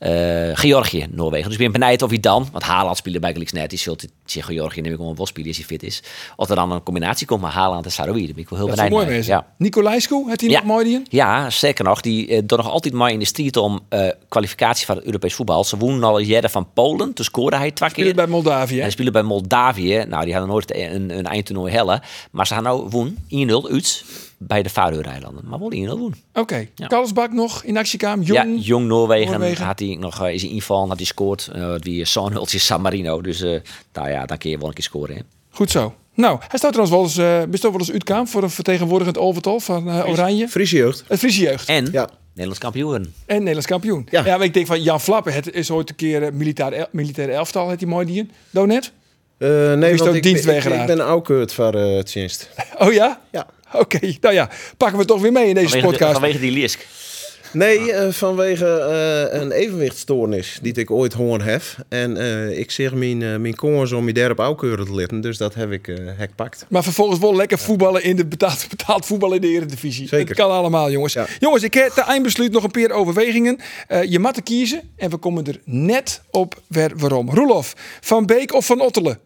Georgië, Noorwegen. Dus ik ben benieuwd of hij dan, want Haaland speelde bij gelijk net, die zult in Georgië neem ik wel spelen als hij fit is. Of er dan een combinatie komt met Haaland en Saroui. Daar ben ik wel heel benieuwd mee. Ja. Nicolaescu, heeft hij nog mooi die? Ja, zeker nog. Die doet nog altijd maar in de strijd om kwalificatie van het Europees voetbal. Ze wonnen al jaren van Polen, toen scoorde hij 2 keer. Bij Moldavië. En hij speelde bij Moldavië. Nou, die hadden nooit een eindtoernooi hellen. Maar ze gaan nou woen 1-0 uit bij de Faroe-eilanden. Maar wel 1-0 woen. Oké. Karlsbak nog in actie kwam. Jong Noorwegen. Had hij nog is hij invallen, had hij scoort. Die Sonhultje San Marino. Dus nou ja, dan kun je wel een keer scoren. Hè. Goed zo. Nou, hij staat trouwens wel eens, best wel eens uitkaam voor een vertegenwoordigend overtal van Oranje. Friese jeugd. Het Friese jeugd. En Nederlands kampioen. En Nederlands kampioen. Ja, maar ik denk van Jan Flappen, het is ooit een keer militaire elftal, het die mooi dien. Doe net? Nee, want ik ben aukkeurd van het dienst. Oh ja? Ja. Oké, nou ja, pakken we toch weer mee in deze podcast. Vanwege die Liesk. Nee, vanwege een evenwichtstoornis die ik ooit hoorn heb. En ik zeg mijn kongers om je daarop aukeuren te letten. Dus dat heb ik gepakt. Maar vervolgens wel lekker voetballen in de betaald voetbal in de Eredivisie. Zeker. Dat kan allemaal, jongens. Ja. Jongens, ik heb te eindbesluit nog een paar overwegingen. Je mag te kiezen en we komen er net op waarom. Roelof, Van Beek of Van Ottelen?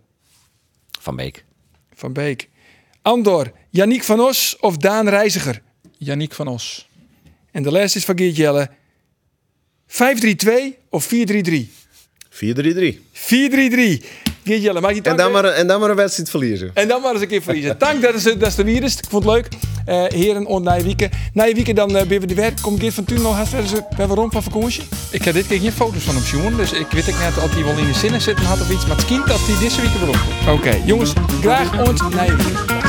Van Beek. Van Beek. Andor, Yannick van Os of Daan Reiziger? Yannick van Os. En de laatste is van Geert Jelle. 5-3-2 of 4-3-3? 4-3-3. 4-3-3. Geert Jelle, maak je en dan maar een wedstrijd verliezen. En dan maar eens een keer verliezen. Dank dat is de virus. Ik vond het leuk. Heren, on Nijwieken. Nijwieken, dan ben we de werk. Kom Geert van Thun nog waarom van vakantie? Ik heb dit keer geen foto's van hem zien. Dus ik weet net of hij wel in de zinnen zitten had of iets. Maar het kind dat hij deze week weer op. Oké, jongens. Graag ons Nijwieken.